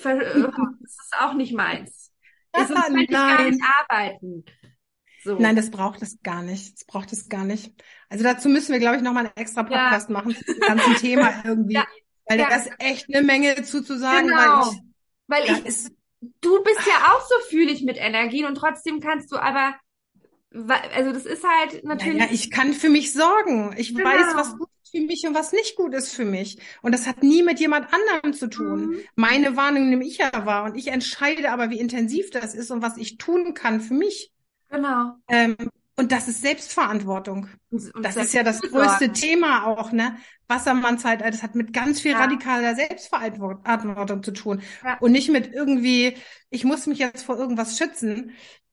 das ist auch nicht meins. Sonst könnte ich gar nicht Nein. arbeiten. Nein, So. das braucht es gar nicht. Das braucht es gar nicht. Also dazu müssen wir, glaube ich, nochmal einen extra Ja, Podcast machen zu dem ganzen Thema ja, irgendwie, weil da ja, ist echt eine Menge zuzusagen, weil genau. Weil da ist, du bist ja auch so fühlig mit Energien und trotzdem kannst du aber, also das ist halt naja, natürlich, ich kann für mich sorgen. Ich weiß, was genau. gut ist für mich und was nicht gut ist für mich. Und das hat nie mit jemand anderem zu tun. Mhm, Meine Wahrnehmung nehme ich ja wahr und ich entscheide aber, wie intensiv das ist und was ich tun kann für mich. genau. Ähm, und das ist Selbstverantwortung. Und Das ist ja das größte Selbstfürsorge. Thema auch, ne? Wassermann-Zeitalter, das hat mit ganz viel Ja, radikaler Selbstverantwortung zu tun. ja. Und nicht mit irgendwie, ich muss mich jetzt vor irgendwas schützen.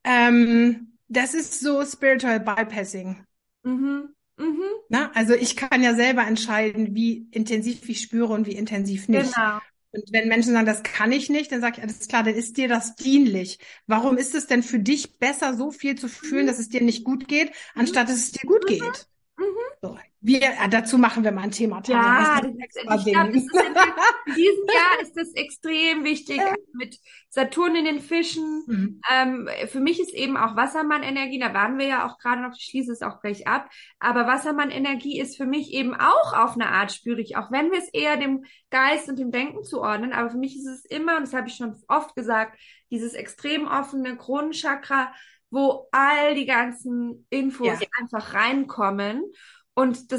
Das ist so Spiritual Bypassing. Mhm, mhm, Ne? Also ich kann ja selber entscheiden, wie intensiv ich spüre und wie intensiv nicht. genau. Und wenn Menschen sagen, das kann ich nicht, dann sage ich, alles klar, dann ist dir das dienlich. Warum ist es denn für dich besser, so viel zu fühlen, Mhm, dass es dir nicht gut geht, mhm, anstatt dass es dir gut mhm, geht? mhm. So. Dazu machen wir mal ein Thema, Tanja. Das Ja, ist ein extra ich glaube, Ding. in diesem Jahr ist das extrem wichtig mit Saturn in den Fischen. Mhm. Für mich ist eben auch Wassermann-Energie, da waren wir ja auch gerade noch, ich schließe es auch gleich ab, aber Wassermann-Energie ist für mich eben auch auf eine Art spürig, auch wenn wir es eher dem Geist und dem Denken zuordnen, aber für mich ist es immer, und das habe ich schon oft gesagt, dieses extrem offene Kronenchakra, wo all die ganzen Infos Ja. einfach reinkommen. Und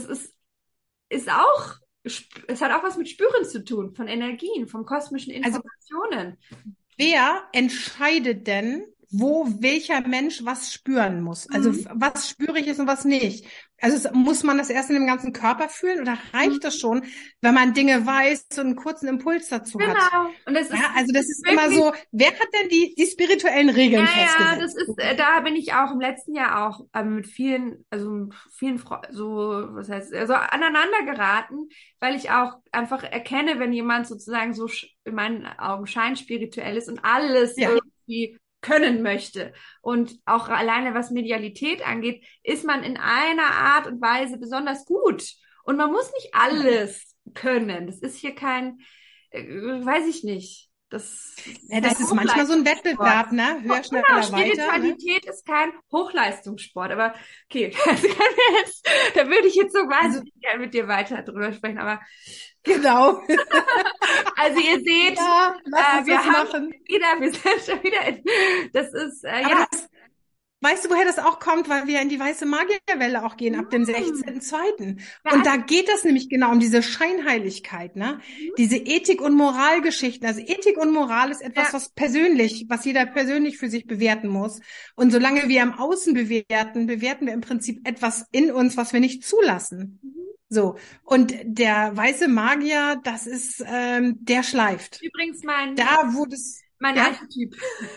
ist auch, es hat auch was mit Spüren zu tun, von Energien, von kosmischen Also Informationen. wer entscheidet denn, wo welcher Mensch was spüren muss? Also Mhm. was spürig ist und was nicht? Also muss man das erst in dem ganzen Körper fühlen oder reicht das Mhm. schon, wenn man Dinge weiß und einen kurzen Impuls dazu hat? Genau. Und das Ja, ist also das ist immer wirklich, so, wer hat denn die spirituellen ja, Regeln ja, das festgesetzt? ist, da bin ich auch im letzten Jahr auch mit vielen, also vielen, so, was heißt, also aneinander geraten, weil ich auch einfach erkenne, wenn jemand sozusagen so in meinen Augen scheinspirituell ist und alles Ja, irgendwie können möchte. Und auch alleine was Medialität angeht, ist man in einer Art und Weise besonders gut. Und man muss nicht alles können. Das ist hier kein, weiß ich nicht. Das ja, ist kein das ist manchmal so ein Hochleistungssport. Wettbewerb, ne? Oh, Höher, genau, schneller, weiter, ne? Spiritualität ist kein Hochleistungssport. Aber okay, das können wir jetzt, da würde ich jetzt so Also wahnsinnig gerne mit dir weiter drüber sprechen. Aber genau. also ihr seht, Ja, lass uns wir das haben machen. wir sind schon wieder das ist, Aber ja. weißt du, woher das auch kommt? Weil wir in die weiße Magierwelle auch gehen, ab dem Hm. 16.2. Ja, Und also, da geht es nämlich genau um diese Scheinheiligkeit, ne? Diese Ethik- und Moralgeschichten. Also Ethik und Moral ist etwas, ja. was jeder persönlich für sich bewerten muss. Und solange wir im Außen bewerten, bewerten wir im Prinzip etwas in uns, was wir nicht zulassen. So. Und der weiße Magier, das ist, der schleift. Übrigens Da, wo das, mein ja, Archetyp.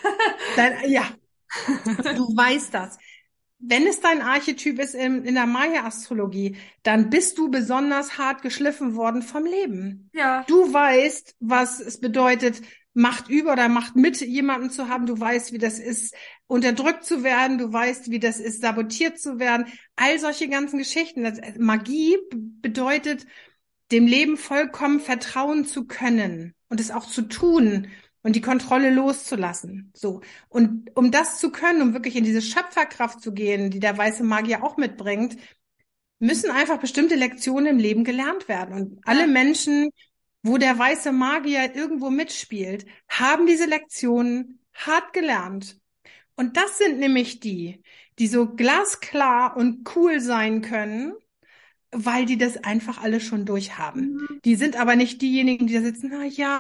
ja, du weißt das. Wenn es dein Archetyp ist in der Maya-Astrologie, dann bist du besonders hart geschliffen worden vom Leben. Ja. Du weißt, was es bedeutet, Macht über oder Macht mit jemandem zu haben. Du weißt, wie das ist, unterdrückt zu werden. Du weißt, wie das ist, sabotiert zu werden. All solche ganzen Geschichten. Magie bedeutet, dem Leben vollkommen vertrauen zu können und es auch zu tun und die Kontrolle loszulassen. So. Und um das zu können, um wirklich in diese Schöpferkraft zu gehen, die der weiße Magier auch mitbringt, müssen einfach bestimmte Lektionen im Leben gelernt werden. Und alle Ja. Menschen, wo der weiße Magier irgendwo mitspielt, haben diese Lektionen hart gelernt. Und das sind nämlich die so glasklar und cool sein können, weil die das einfach alle schon durchhaben. Mhm. Die sind aber nicht diejenigen, die da sitzen, na ja,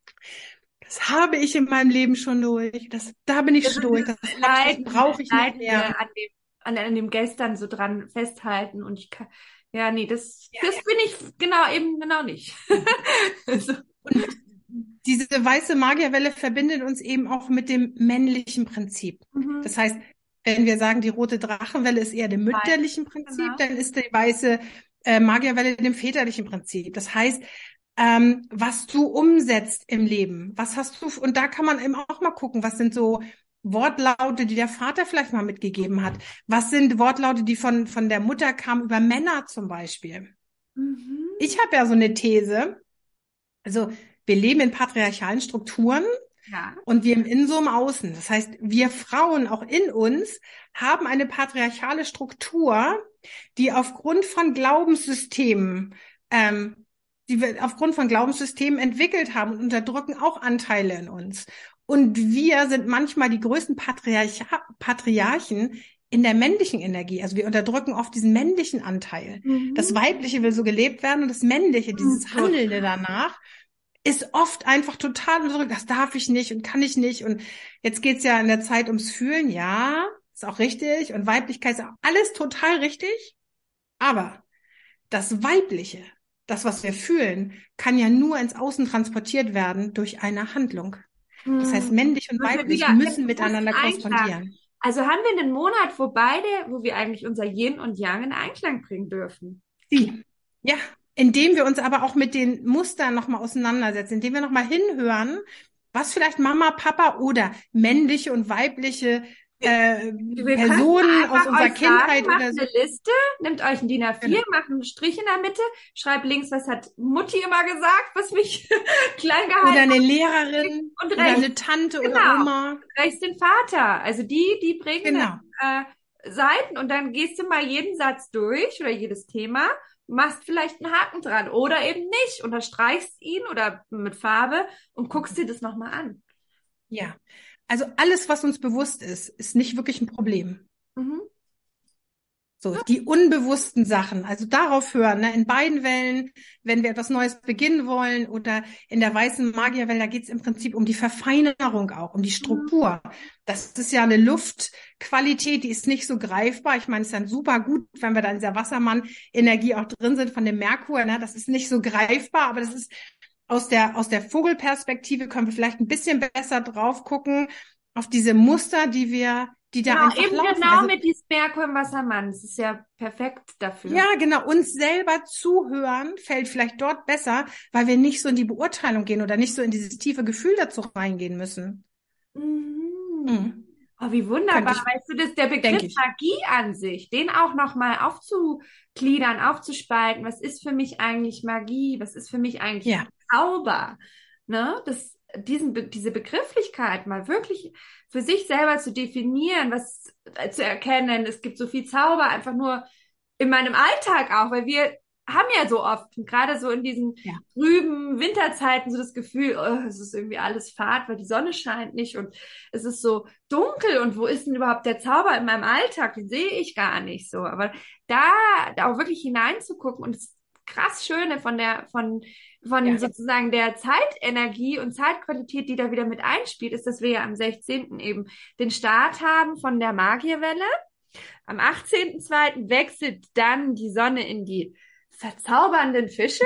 das habe ich in meinem Leben schon durch, da bin ich Das schon ist durch, das das habe ich, das Leidende, brauche ich nicht mehr. an dem Gestern so dran festhalten und ich kann, ja, nee, Ja, das ja. bin ich genau eben genau nicht. Also, Und diese weiße Magierwelle verbindet uns eben auch mit dem männlichen Prinzip. mhm. Das heißt, wenn wir sagen, die rote Drachenwelle ist eher dem mütterlichen Prinzip, Genau. dann ist die weiße Magierwelle dem väterlichen Prinzip. Das heißt, was du umsetzt im Leben, was hast du, und da kann man eben auch mal gucken, was sind so Wortlaute, die der Vater vielleicht mal mitgegeben hat. Was sind Wortlaute, die von der Mutter kamen über Männer zum Beispiel? Mhm. Ich habe ja so eine These. Also wir leben in patriarchalen Strukturen Ja. und wir im Innen so im Außen. Das heißt, wir Frauen auch in uns haben eine patriarchale Struktur, die aufgrund von Glaubenssystemen, die wir aufgrund von Glaubenssystemen entwickelt haben und unterdrücken auch Anteile in uns. Und wir sind manchmal die größten Patriarchen in der männlichen Energie. Also wir unterdrücken oft diesen männlichen Anteil. Das Mhm. Weibliche will so gelebt werden und das Männliche, dieses Handelnde danach, ist oft einfach total unterdrückt. Das darf ich nicht und kann ich nicht. Und jetzt geht's ja in der Zeit ums Fühlen. Ja, ist auch richtig. Und Weiblichkeit ist auch alles total richtig. Aber das Weibliche, das, was wir fühlen, kann ja nur ins Außen transportiert werden durch eine Handlung. Das heißt, Mhm. männlich und Müssen wir weiblich wieder den müssen bewussten miteinander Einklang. korrespondieren. Also haben wir einen Monat, wo wir eigentlich unser Yin und Yang in Einklang bringen dürfen. Sie. Ja, indem wir uns aber auch mit den Mustern nochmal auseinandersetzen, indem wir nochmal hinhören, was vielleicht Mama, Papa oder männliche und weibliche Wir könnten Personen aus einfach unserer euch sagen, Kindheit macht oder so. eine Liste, nehmt euch ein DIN A4, Genau. macht einen Strich in der Mitte, schreibt links, was hat Mutti immer gesagt, was mich klein Oder gehalten eine hat, Lehrerin und oder rechts, eine Tante oder genau, Oma. rechts den Vater. Also die bringen Genau. dann Seiten und dann gehst du mal jeden Satz durch oder jedes Thema, machst vielleicht einen Haken dran oder eben nicht, unterstreichst ihn oder mit Farbe und guckst dir das nochmal an. Ja. Also alles, was uns bewusst ist nicht wirklich ein Problem. Mhm. So, die unbewussten Sachen, also darauf hören, ne, in beiden Wellen, wenn wir etwas Neues beginnen wollen oder in der weißen Magierwelle, da geht es im Prinzip um die Verfeinerung auch, um die Mhm. Struktur. Das ist ja eine Luftqualität, die ist nicht so greifbar. Ich meine, es ist dann super gut, wenn wir da in dieser Wassermann-Energie auch drin sind von dem Merkur, ne, das ist nicht so greifbar, aber das ist aus der Vogelperspektive können wir vielleicht ein bisschen besser drauf gucken, auf diese Muster, die da Genau, einfach eben laufen. genau Also mit diesem Merkur im Wassermann. Das ist ja perfekt ja, dafür. genau. Uns selber zuhören fällt vielleicht dort besser, weil wir nicht so in die Beurteilung gehen oder nicht so in dieses tiefe Gefühl dazu reingehen müssen. Mhm. Mhm. Oh, wie Könnte wunderbar. ich, Weißt du, dass der Begriff denke ich. Magie an sich, den auch nochmal aufzugliedern, aufzuspalten. Was ist für mich eigentlich Magie? Was ist für mich eigentlich Ja, Zauber? Ne? Diese Begrifflichkeit mal wirklich für sich selber zu definieren, was zu erkennen. Es gibt so viel Zauber einfach nur in meinem Alltag auch, weil wir haben ja so oft, gerade so in diesen ja, trüben Winterzeiten, so das Gefühl, oh, es ist irgendwie alles fad, weil die Sonne scheint nicht und es ist so dunkel und wo ist denn überhaupt der Zauber in meinem Alltag? Den sehe ich gar nicht so. Aber da auch wirklich hineinzugucken und das krass Schöne von ja. sozusagen der Zeitenergie und Zeitqualität, die da wieder mit einspielt, ist, dass wir ja am 16. eben den Start haben von der Magierwelle. Am 18.02. wechselt dann die Sonne in die verzaubernden Fische.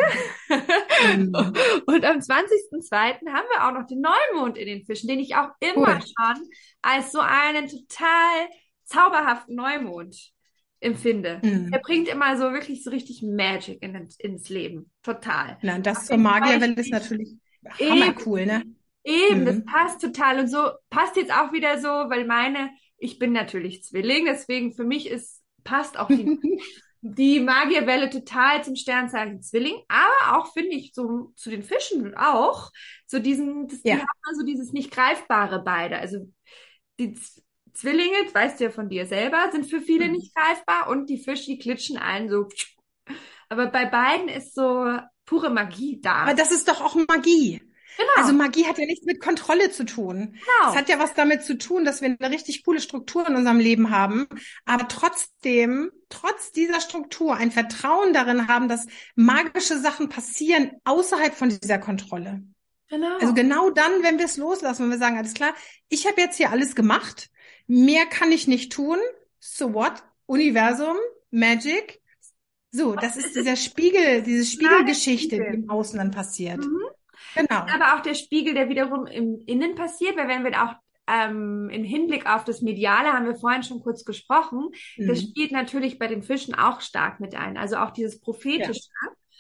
Mhm. Und am 20.02. haben wir auch noch den Neumond in den Fischen, den ich auch immer Cool. schon als so einen total zauberhaften Neumond empfinde. Der Mhm. bringt immer so wirklich so richtig Magic ins Leben. Total. Na, und das zur Deswegen freue Magierwelle ich ist mich natürlich eben, hammercool, ne? eben, das Mhm. passt total. Und so passt jetzt auch wieder so, weil ich bin natürlich Zwilling, deswegen für mich passt auch die Magierwelle total zum Sternzeichen Zwilling, aber auch finde ich so zu den Fischen auch so die Ja. haben also dieses nicht greifbare beide. Also die Zwillinge, das weißt du ja von dir selber, sind für viele Mhm. nicht greifbar und die Fische, die klitschen allen so. Aber bei beiden ist so pure Magie Aber da. das ist doch auch Magie. Also Genau, Magie hat ja nichts mit Kontrolle zu tun. Es genau. hat ja was damit zu tun, dass wir eine richtig coole Struktur in unserem Leben haben, aber trotzdem, trotz dieser Struktur, ein Vertrauen darin haben, dass magische Sachen passieren außerhalb von dieser Kontrolle. Also Genau. genau dann, wenn wir es loslassen, wenn wir sagen, alles klar, ich habe jetzt hier alles gemacht, mehr kann ich nicht tun. So what? Universum, Magic. So, das ist Es ist dieser Spiegel, diese total der Spiegelgeschichte, die Spiegel. im Außen dann passiert. Mhm. Genau. Aber auch der Spiegel, der wiederum im Innen passiert, weil wenn wir auch im Hinblick auf das Mediale haben wir vorhin schon kurz gesprochen, das Mhm. spielt natürlich bei den Fischen auch stark mit ein. Also auch dieses Ja. Prophetische,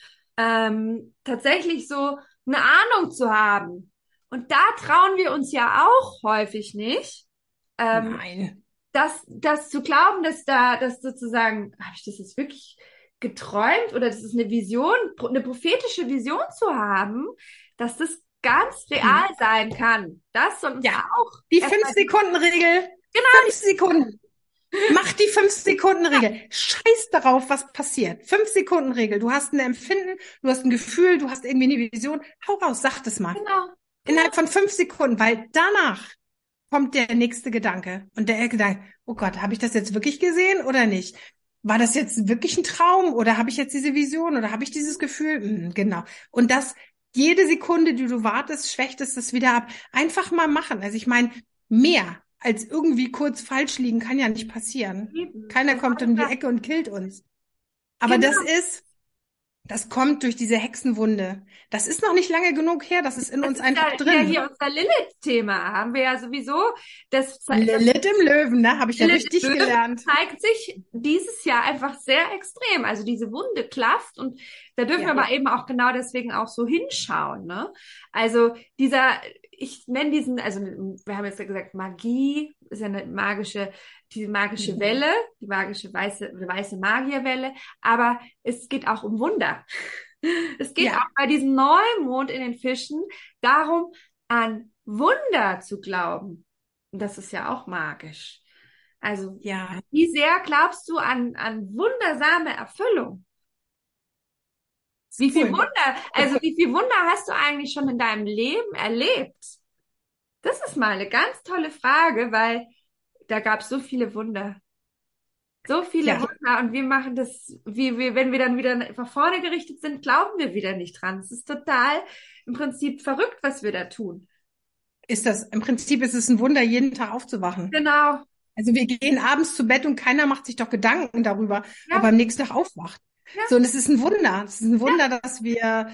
tatsächlich so eine Ahnung zu haben. Und da trauen wir uns ja auch häufig nicht, ähm, Nein. das zu glauben, dass sozusagen, habe ich das jetzt wirklich geträumt oder das ist eine Vision, eine prophetische Vision zu haben, dass das ganz real Mhm. sein kann. Das soll uns Ja. auch Die erstmal, 5-Sekunden-Regel. genau, 5 Sekunden. Mach die 5-Sekunden-Regel. Scheiß darauf, was passiert. 5-Sekunden-Regel. Du hast ein Empfinden, du hast ein Gefühl, du hast irgendwie eine Vision. Hau raus, sag das mal. genau, genau, Innerhalb von 5 Sekunden, weil danach kommt der nächste Gedanke. Und der Gedanke, oh Gott, habe ich das jetzt wirklich gesehen oder nicht? War das jetzt wirklich ein Traum oder habe ich jetzt diese Vision oder habe ich dieses Gefühl? Genau. Und das, jede Sekunde, die du wartest, schwächt es das wieder ab. Einfach mal machen. Also ich meine, mehr als irgendwie kurz falsch liegen kann ja nicht passieren. eben. Keiner Das kommt war um die das. Ecke und killt uns. Aber Genau. das kommt durch diese Hexenwunde. Das ist noch nicht lange genug her. Das ist in Das uns ist einfach ja wieder drin. hier unser Lilith-Thema. Haben wir ja sowieso. Das Lilith im Löwen, ne? Habe ich ja durch Lilith dich Löwe gelernt. zeigt sich dieses Jahr einfach sehr extrem. Also diese Wunde klafft und Da dürfen wir aber eben auch genau deswegen auch so hinschauen, ne? Also ich nenne diesen, also wir haben jetzt ja gesagt, Magie ist ja die magische Welle, die magische weiße Magierwelle, aber es geht auch um Wunder. Es geht auch bei diesem Neumond in den Fischen darum, an Wunder zu glauben. Und das ist ja auch magisch. Also, wie sehr glaubst du an wundersame Erfüllung? Wie viel Wunder hast du eigentlich schon in deinem Leben erlebt? Das ist mal eine ganz tolle Frage, weil da gab es so viele Wunder. So viele Wunder und wir machen das, wenn wir dann wieder nach vorne gerichtet sind, glauben wir wieder nicht dran. Es ist total im Prinzip verrückt, was wir da tun. Im Prinzip ist es ein Wunder, jeden Tag aufzuwachen. Genau. Also wir gehen abends zu Bett und keiner macht sich doch Gedanken darüber, ob er am nächsten Tag aufwacht. Ja. So, und es ist ein Wunder. Es ist ein Wunder, dass wir,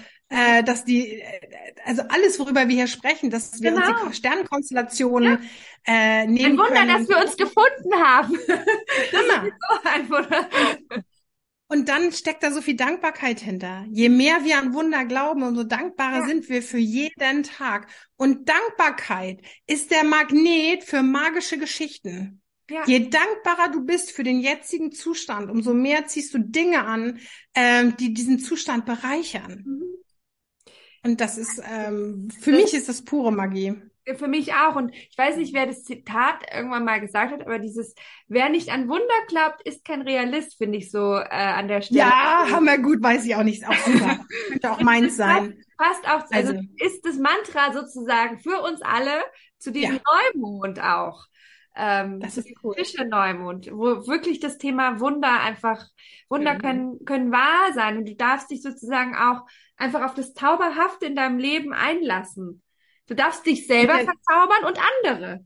also alles, worüber wir hier sprechen, dass wir uns die Sternenkonstellationen nehmen können. Ein Wunder, dass wir uns gefunden haben. Das ist so ein Wunder. Und dann steckt da so viel Dankbarkeit hinter. Je mehr wir an Wunder glauben, umso dankbarer sind wir für jeden Tag. Und Dankbarkeit ist der Magnet für magische Geschichten. Ja. Je dankbarer du bist für den jetzigen Zustand, umso mehr ziehst du Dinge an, die diesen Zustand bereichern. Mhm. Und das ist, für mich ist das pure Magie. Für mich auch. Und ich weiß nicht, wer das Zitat irgendwann mal gesagt hat, aber wer nicht an Wunder glaubt, ist kein Realist, finde ich so an der Stelle. Ja, hammergut, weiß ich auch nicht. Ist auch super. Könnte auch meins sein. Passt auch, also ist das Mantra sozusagen für uns alle zu diesem Neumond auch. Das ist cool. Fische Neumond, wo wirklich das Thema Wunder können wahr sein. Und du darfst dich sozusagen auch einfach auf das Zauberhafte in deinem Leben einlassen. Du darfst dich selber verzaubern und andere.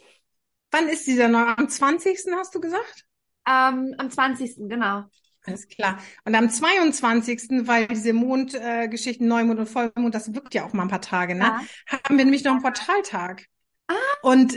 Wann ist dieser Am 20. hast du gesagt? Am 20. genau. Alles klar. Und am 22., weil diese Mondgeschichten, Neumond und Vollmond, das wirkt ja auch mal ein paar Tage, ne? Haben wir nämlich noch einen Portaltag. Und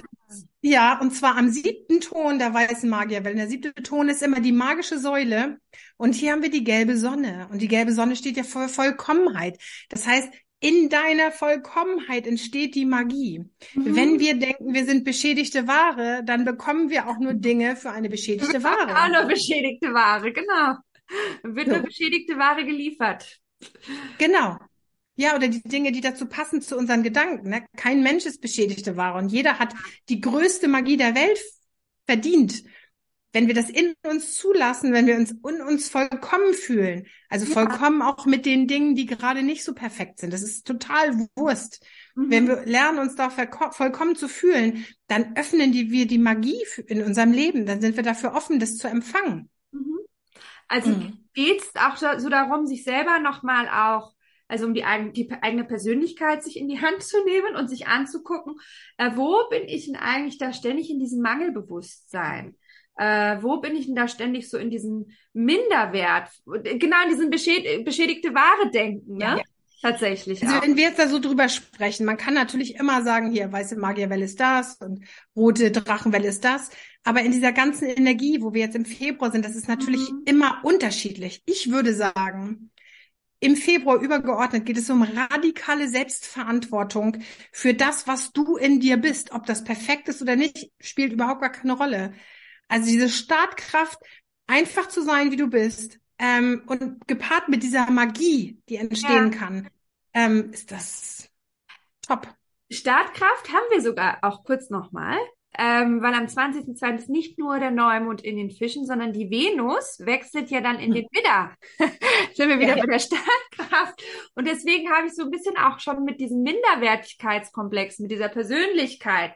und zwar am 7. Ton der weißen Magierwelle. Der 7. Ton ist immer die magische Säule. Und hier haben wir die gelbe Sonne. Und die gelbe Sonne steht ja für Vollkommenheit. Das heißt, in deiner Vollkommenheit entsteht die Magie. Mhm. Wenn wir denken, wir sind beschädigte Ware, dann bekommen wir auch nur Dinge für eine beschädigte Ware. Auch nur beschädigte Ware, genau. Dann wird nur beschädigte Ware geliefert. Genau. Ja, oder die Dinge, die dazu passen zu unseren Gedanken. Ne? Kein Mensch ist beschädigte Ware und jeder hat die größte Magie der Welt verdient. Wenn wir das in uns zulassen, wenn wir uns in uns vollkommen fühlen, also vollkommen auch mit den Dingen, die gerade nicht so perfekt sind, das ist total Wurst. Mhm. Wenn wir lernen, uns da vollkommen zu fühlen, dann öffnen wir die Magie in unserem Leben, dann sind wir dafür offen, das zu empfangen. Mhm. Also geht's auch so darum, sich selber nochmal auch, also um die eigene Persönlichkeit sich in die Hand zu nehmen und sich anzugucken, wo bin ich denn eigentlich da ständig in diesem Mangelbewusstsein? Wo bin ich denn da ständig so in diesem Minderwert, genau in diesem beschädigte Ware denken, ne? Ja. Tatsächlich. Also wenn wir jetzt da so drüber sprechen, man kann natürlich immer sagen, hier, weiße Magierwelle ist das und rote Drachenwelle ist das. Aber in dieser ganzen Energie, wo wir jetzt im Februar sind, das ist natürlich immer unterschiedlich. Ich würde sagen, im Februar übergeordnet geht es um radikale Selbstverantwortung für das, was du in dir bist. Ob das perfekt ist oder nicht, spielt überhaupt gar keine Rolle. Also diese Startkraft, einfach zu sein, wie du bist, und gepaart mit dieser Magie, die entstehen kann, ist das top. Startkraft haben wir sogar auch kurz nochmal, weil am 20.02. ist nicht nur der Neumond in den Fischen, sondern die Venus wechselt ja dann in den Widder. Sind wir wieder bei der Startkraft. Und deswegen habe ich so ein bisschen auch schon mit diesem Minderwertigkeitskomplex, mit dieser Persönlichkeit,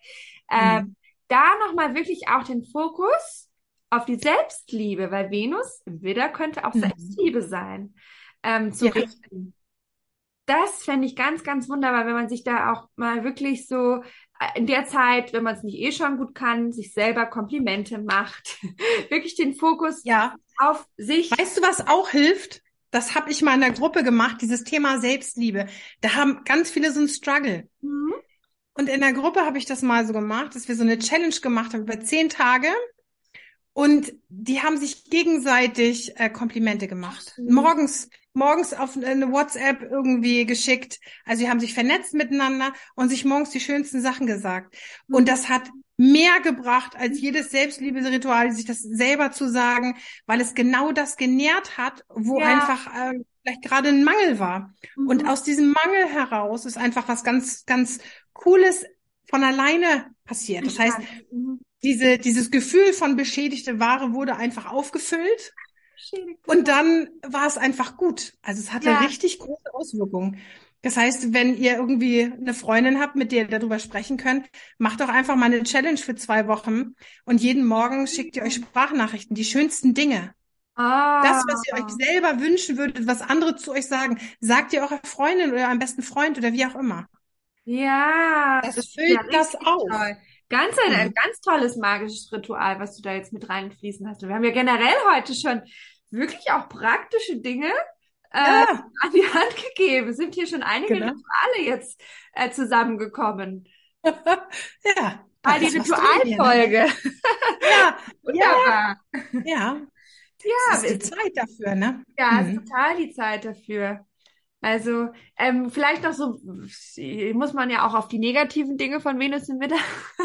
da nochmal wirklich auch den Fokus auf die Selbstliebe, weil Venus im Widder könnte auch Selbstliebe sein, zu richten. Das fände ich ganz, ganz wunderbar, wenn man sich da auch mal wirklich so in der Zeit, wenn man es nicht schon gut kann, sich selber Komplimente macht. Wirklich den Fokus auf sich. Weißt du, was auch hilft? Das habe ich mal in der Gruppe gemacht, dieses Thema Selbstliebe. Da haben ganz viele so einen Struggle. Mhm. Und in der Gruppe habe ich das mal so gemacht, dass wir so eine Challenge gemacht haben über 10 Tage. Und die haben sich gegenseitig Komplimente gemacht. Morgens morgens auf eine WhatsApp irgendwie geschickt. Also die haben sich vernetzt miteinander und sich morgens die schönsten Sachen gesagt. Und Mhm. das hat mehr gebracht als jedes Selbstliebe-Ritual, sich das selber zu sagen, weil es genau das genährt hat, wo Ja. einfach vielleicht gerade ein Mangel war. Und Mhm. aus diesem Mangel heraus ist einfach was ganz, ganz Cooles von alleine passiert. Das heißt, Entstanden. Mhm. dieses Gefühl von beschädigte Ware wurde einfach aufgefüllt Beschädigte und Ware. dann war es einfach gut. Also es hatte Ja. richtig große Auswirkungen. Das heißt, wenn ihr irgendwie eine Freundin habt, mit der ihr darüber sprechen könnt, macht doch einfach mal eine Challenge für 2 Wochen und jeden Morgen schickt ihr euch Sprachnachrichten, die schönsten Dinge. Das, was ihr euch Ah. selber wünschen würdet, was andere zu euch sagen, sagt ihr eurer Freundin oder eurem besten Freund oder wie auch immer. Ja, Das das ist ja füllt das richtig auf. toll. Ein Mhm. ganz tolles magisches Ritual, was du da jetzt mit reinfließen hast. Und wir haben ja generell heute schon wirklich auch praktische Dinge Ja, an die Hand gegeben. Es sind hier schon einige genau. Rituale jetzt zusammengekommen. Ja, da Ah, die ist was drin hier, ne? Ritualfolge. Ja, ja, Wunderbar. ja. Es Ja, ist die Zeit dafür, ne? ja, ist Mhm. total die Zeit dafür. Also, vielleicht noch so, muss man ja auch auf die negativen Dinge von Venus im Widder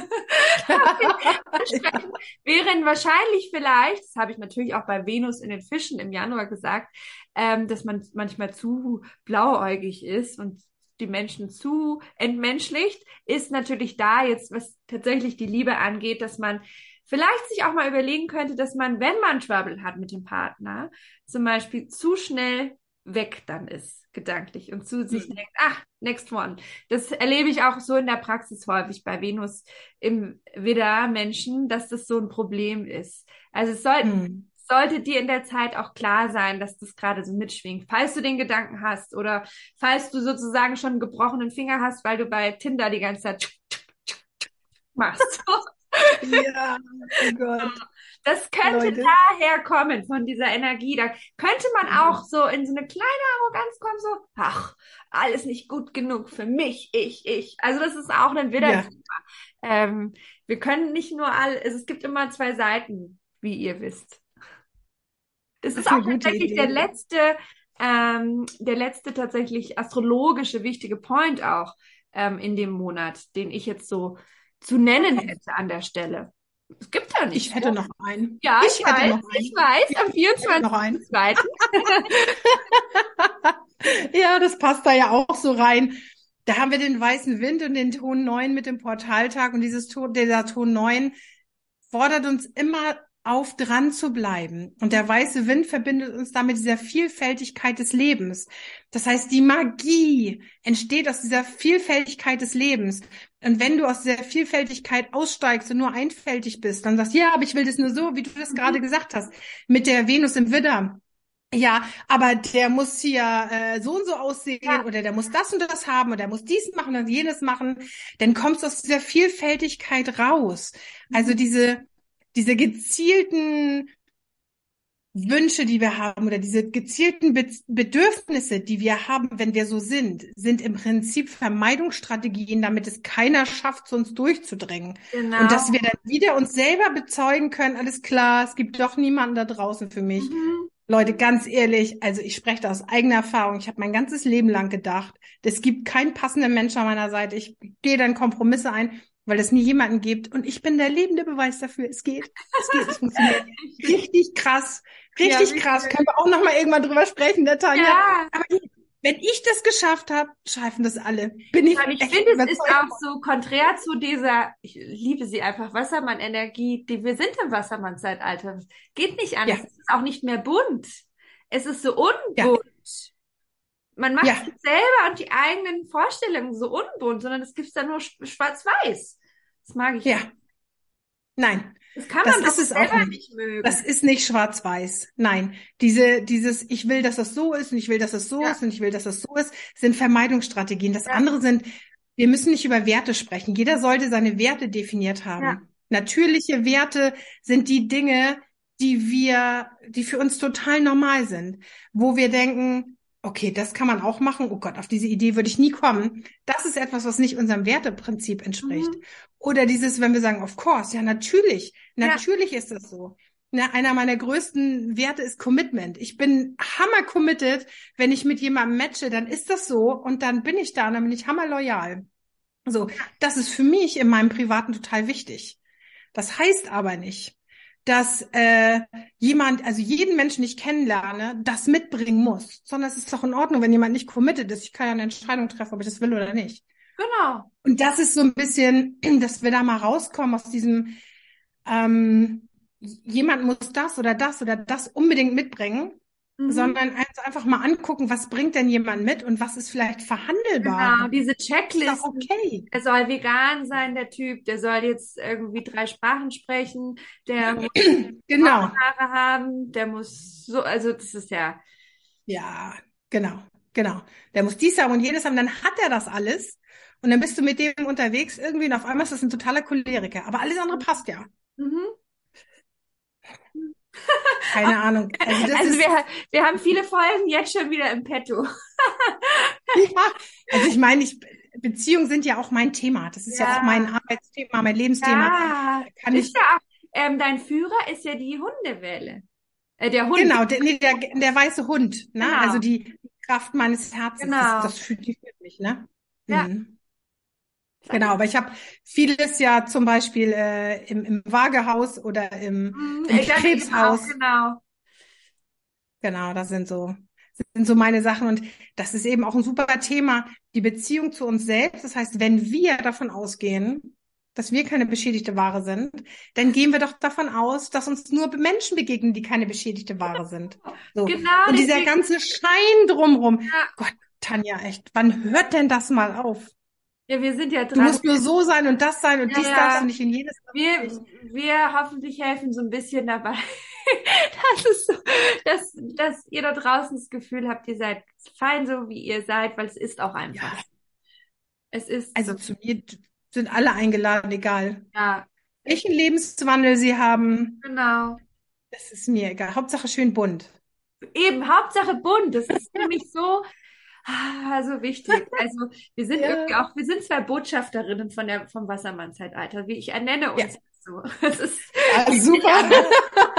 Ja. sprechen, wären wahrscheinlich vielleicht, das habe ich natürlich auch bei Venus in den Fischen im Januar gesagt, dass man manchmal zu blauäugig ist und die Menschen zu entmenschlicht, ist natürlich da jetzt, was tatsächlich die Liebe angeht, dass man vielleicht sich auch mal überlegen könnte, dass man, wenn man Trouble hat mit dem Partner, zum Beispiel zu schnell weg dann ist, gedanklich, und zu sich Mhm. denkt, ach, next one. Das erlebe ich auch so in der Praxis häufig bei Venus im Widder-Menschen, dass das so ein Problem ist. Also Mhm. sollte dir in der Zeit auch klar sein, dass das gerade so mitschwingt. Falls du den Gedanken hast oder falls du sozusagen schon einen gebrochenen Finger hast, weil du bei Tinder die ganze Zeit machst. Ja, oh Gott, Das könnte Leute. daher kommen, von dieser Energie. Da könnte man auch Mhm. so in so eine kleine Arroganz kommen, so, ach, alles nicht gut genug für mich, ich. Also das ist auch ein Ja, Widder-Thema. Wir können nicht nur es gibt immer zwei Seiten, wie ihr wisst. Das das ist ist auch eine gute tatsächlich Idee. der letzte tatsächlich astrologische wichtige Point auch in dem Monat, den ich jetzt so zu nennen Okay. hätte an der Stelle. Es gibt ja Ich nicht, ne? hätte noch einen. Ja, Ich hätte noch ich einen. weiß, Ich am hätte noch einen. 24.02. Ja, das passt da ja auch so rein. Da haben wir den weißen Wind und den Ton 9 mit dem Portaltag und dieser Ton 9 fordert uns immer auf, dran zu bleiben. Und der weiße Wind verbindet uns damit dieser Vielfältigkeit des Lebens. Das heißt, die Magie entsteht aus dieser Vielfältigkeit des Lebens. Und wenn du aus dieser Vielfältigkeit aussteigst und nur einfältig bist, dann sagst, ja, aber ich will das nur so, wie du das Mhm. gerade gesagt hast, mit der Venus im Widder. Ja, aber der muss hier so und so aussehen Ja. oder der muss das und das haben oder der muss dies machen und jenes machen. Dann kommst du aus dieser Vielfältigkeit raus. Also Mhm. diese gezielten Wünsche, die wir haben oder diese gezielten Bedürfnisse, die wir haben, wenn wir so sind im Prinzip Vermeidungsstrategien, damit es keiner schafft, zu uns durchzudringen. Und Genau. dass wir dann wieder uns selber bezeugen können, alles klar, es gibt doch niemanden da draußen für mich. Mhm. Leute, ganz ehrlich, also ich spreche da aus eigener Erfahrung. Ich habe mein ganzes Leben lang gedacht, es gibt keinen passenden Menschen an meiner Seite. Ich gehe dann Kompromisse ein, weil es nie jemanden gibt. Und ich bin der lebende Beweis dafür. Es geht. Es geht. Es funktioniert. Richtig krass. Ja, Richtig wie krass. schön. Können wir auch noch mal irgendwann drüber sprechen, der Tanja. Ja. Aber wenn ich das geschafft habe, schaffen das alle. Bin ich Und ich echt finde, es ist überzeugt. auch so konträr zu dieser, ich liebe sie einfach, Wassermann-Energie, die wir sind im Wassermann-Zeitalter. Geht nicht anders. Ja, Es ist auch nicht mehr bunt. Es ist so ja, unbunt. Man macht ja, sich selber und die eigenen Vorstellungen so unbunt, sondern es gibt da nur schwarz-weiß. Das mag ich nicht. ja. Nein, Das kann das man ist doch es auch selber nicht. nicht mögen. Das ist nicht schwarz-weiß. Nein, ich will, dass das so ist und ich will, dass das so Ja, ist und ich will, dass das so ist, sind Vermeidungsstrategien. Das ja, andere sind, wir müssen nicht über Werte sprechen. Jeder sollte seine Werte definiert ja, haben. Natürliche Werte sind die Dinge, die für uns total normal sind, wo wir denken, okay, das kann man auch machen. Oh Gott, auf diese Idee würde ich nie kommen. Das ist etwas, was nicht unserem Werteprinzip entspricht. mhm. Oder dieses, wenn wir sagen, of course, ja, natürlich, Ja, natürlich ist das so. Ne, einer meiner größten Werte ist Commitment. Ich bin hammer committed. Wenn ich mit jemandem matche, dann ist das so und dann bin ich da und dann bin ich hammer loyal. So, das ist für mich in meinem Privaten total wichtig. Das heißt aber nicht, dass jemand, also jeden Menschen, den ich kennenlerne, das mitbringen muss, sondern es ist doch in Ordnung, wenn jemand nicht committed ist. Ich kann ja eine Entscheidung treffen, ob ich das will oder nicht. Genau. Und das ist so ein bisschen, dass wir da mal rauskommen aus diesem, jemand muss das oder das unbedingt mitbringen, Mhm. sondern einfach mal angucken, was bringt denn jemand mit und was ist vielleicht verhandelbar. Genau, diese Ist doch Checklisten. okay. Der soll vegan sein, der Typ, der soll jetzt irgendwie 3 Sprachen sprechen, der muss Genau. Haare haben, der muss so, also das ist ja, Ja, genau, genau. Der muss dies haben und jedes haben, dann hat er das alles. Und dann bist du mit dem unterwegs irgendwie und auf einmal ist das ein totaler Choleriker. Aber alles andere passt ja. mhm. Keine Ahnung. Also das Also ist, wir haben viele Folgen jetzt schon wieder im Petto. ja, also ich meine, Beziehungen sind ja auch mein Thema. Das ist ja auch mein Ja, Arbeitsthema, mein Lebensthema. ja. Da kann Ist ich, ja auch, dein Führer ist ja die Hundewelle. Der Hund. genau, der weiße Hund, ne? Also Genau, die Kraft meines Herzens, genau. das fühlt die führt mich, ne? Ja, Mhm. ist Genau, einfach, aber ich habe vieles ja zum Beispiel im Waagehaus oder im dann eben auch, Krebshaus. genau. Genau, sind so meine Sachen. Und das ist eben auch ein super Thema, die Beziehung zu uns selbst. Das heißt, wenn wir davon ausgehen, dass wir keine beschädigte Ware sind, dann gehen wir doch davon aus, dass uns nur Menschen begegnen, die keine beschädigte Ware sind. So. Genau, Und dieser deswegen, ganze Schein drumrum. ja, Gott, Tanja, echt, wann hört denn das mal auf? ja, wir sind ja Du dran. musst nur so sein und das sein und Ja, dies darfst du ja, nicht in jedes darfst du nicht. wir hoffentlich helfen so ein bisschen dabei, dass es so, dass ihr da draußen das Gefühl habt, ihr seid fein so, wie ihr seid, weil es ist auch einfach. Ja, Es ist also so. zu mir sind alle eingeladen, egal Ja, welchen Lebenswandel sie haben. genau. Das ist mir egal. Hauptsache schön bunt. Eben, Hauptsache bunt. Das ist nämlich so, so wichtig. Also wir sind irgendwie Ja. auch, wir sind zwei Botschafterinnen vom Wassermann-Zeitalter. Wie ich ernenne Ja, uns so. Es ist ja, geht nicht super. anders.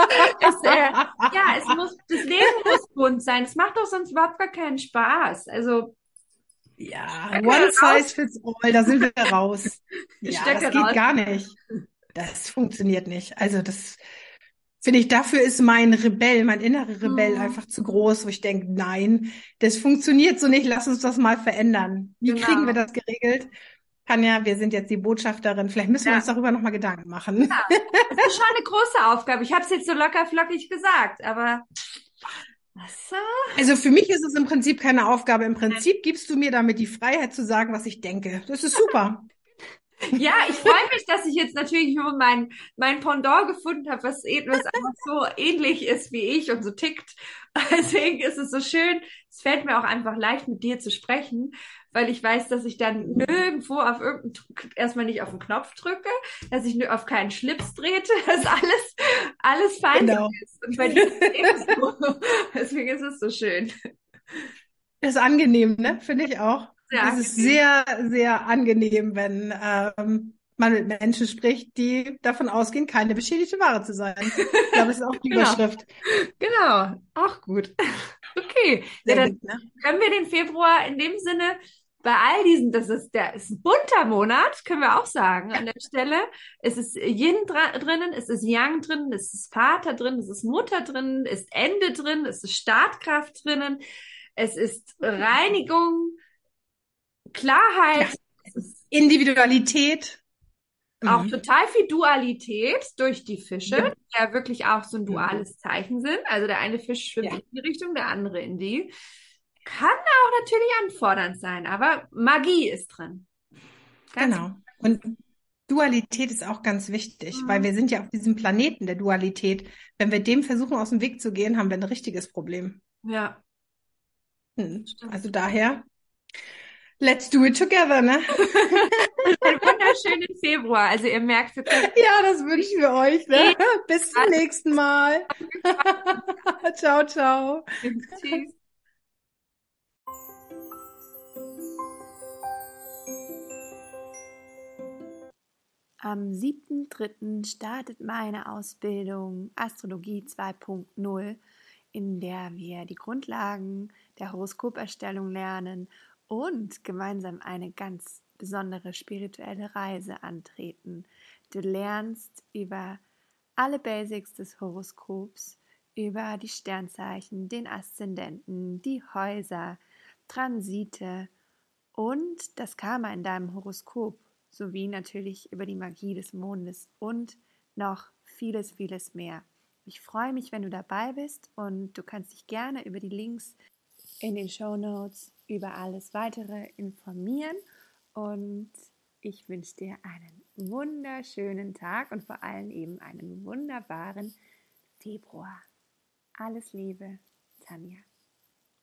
Ja, es muss, das Leben muss bunt sein. Es macht doch sonst überhaupt gar keinen Spaß. Also Ja, Stöcke one raus, size fits all, da sind wir raus. Ja, Stöcke das geht raus. gar nicht. Das funktioniert nicht. Also das finde ich, dafür ist mein Rebell, mein innerer Rebell Hm, einfach zu groß, wo ich denke, nein, das funktioniert so nicht, lass uns das mal verändern. Wie kriegen wir genau. das geregelt? Tanja, wir sind jetzt die Botschafterin. Vielleicht müssen wir uns Ja, darüber nochmal Gedanken machen. es ist schon eine große Aufgabe. Ich habe es jetzt so locker flockig gesagt, aber was? Also für mich ist es im Prinzip keine Aufgabe. Im Prinzip gibst du mir damit die Freiheit zu sagen, was ich denke. Das ist super. Ja, ich freue mich, dass ich jetzt natürlich nur mein Pendant gefunden habe, was einfach so ähnlich ist wie ich und so tickt. Deswegen ist es so schön. Es fällt mir auch einfach leicht, mit dir zu sprechen, weil ich weiß, dass ich dann nirgendwo auf erstmal nicht auf den Knopf drücke, dass ich nur auf keinen Schlips trete, dass alles fein Genau. ist. Und bei dir ist es ebenso. Deswegen ist es so schön. Das ist angenehm, ne? Finde ich auch. Sehr Es ist angenehm. sehr, sehr angenehm, wenn man mit Menschen spricht, die davon ausgehen, keine beschädigte Ware zu sein. Ich glaube, das ist auch die Genau. Überschrift. Genau, auch gut. Okay, ja, Sehr dann gut, ne? können wir den Februar in dem Sinne bei all diesen, der ist ein bunter Monat, können wir auch sagen an der Stelle. Es ist Yin drinnen, es ist Yang drinnen, es ist Vater drin, es ist Mutter drin, es ist Ende drin, es ist Startkraft drinnen, es ist Reinigung, Ja. Klarheit, es ist Individualität. auch Mhm. total viel Dualität durch die Fische, Yep. die ja wirklich auch so ein Mhm. duales Zeichen sind. Also der eine Fisch schwimmt Ja, in die Richtung, der andere in die. Kann auch natürlich anfordernd sein, aber Magie ist drin. Ganz genau. Und Dualität ist auch ganz wichtig, weil mhm. wir sind ja auf diesem Planeten der Dualität. Wenn wir dem versuchen, aus dem Weg zu gehen, haben wir ein richtiges Problem. Ja, Also stimmt. daher, let's do it together, ne? Ein wunderschönen Februar. Also ihr merkt, wir können Ja, das wünschen wir euch, ne? eh Bis zum nächsten Mal. Ciao, ciao. Tschüss. Am 7.3. startet meine Ausbildung Astrologie 2.0, in der wir die Grundlagen der Horoskoperstellung lernen und gemeinsam eine ganz besondere spirituelle Reise antreten. Du lernst über alle Basics des Horoskops, über die Sternzeichen, den Aszendenten, die Häuser, Transite und das Karma in deinem Horoskop, sowie natürlich über die Magie des Mondes und noch vieles, vieles mehr. Ich freue mich, wenn du dabei bist, und du kannst dich gerne über die Links in den Shownotes über alles weitere informieren, und ich wünsche dir einen wunderschönen Tag und vor allem eben einen wunderbaren Februar. Alles Liebe, Tanja.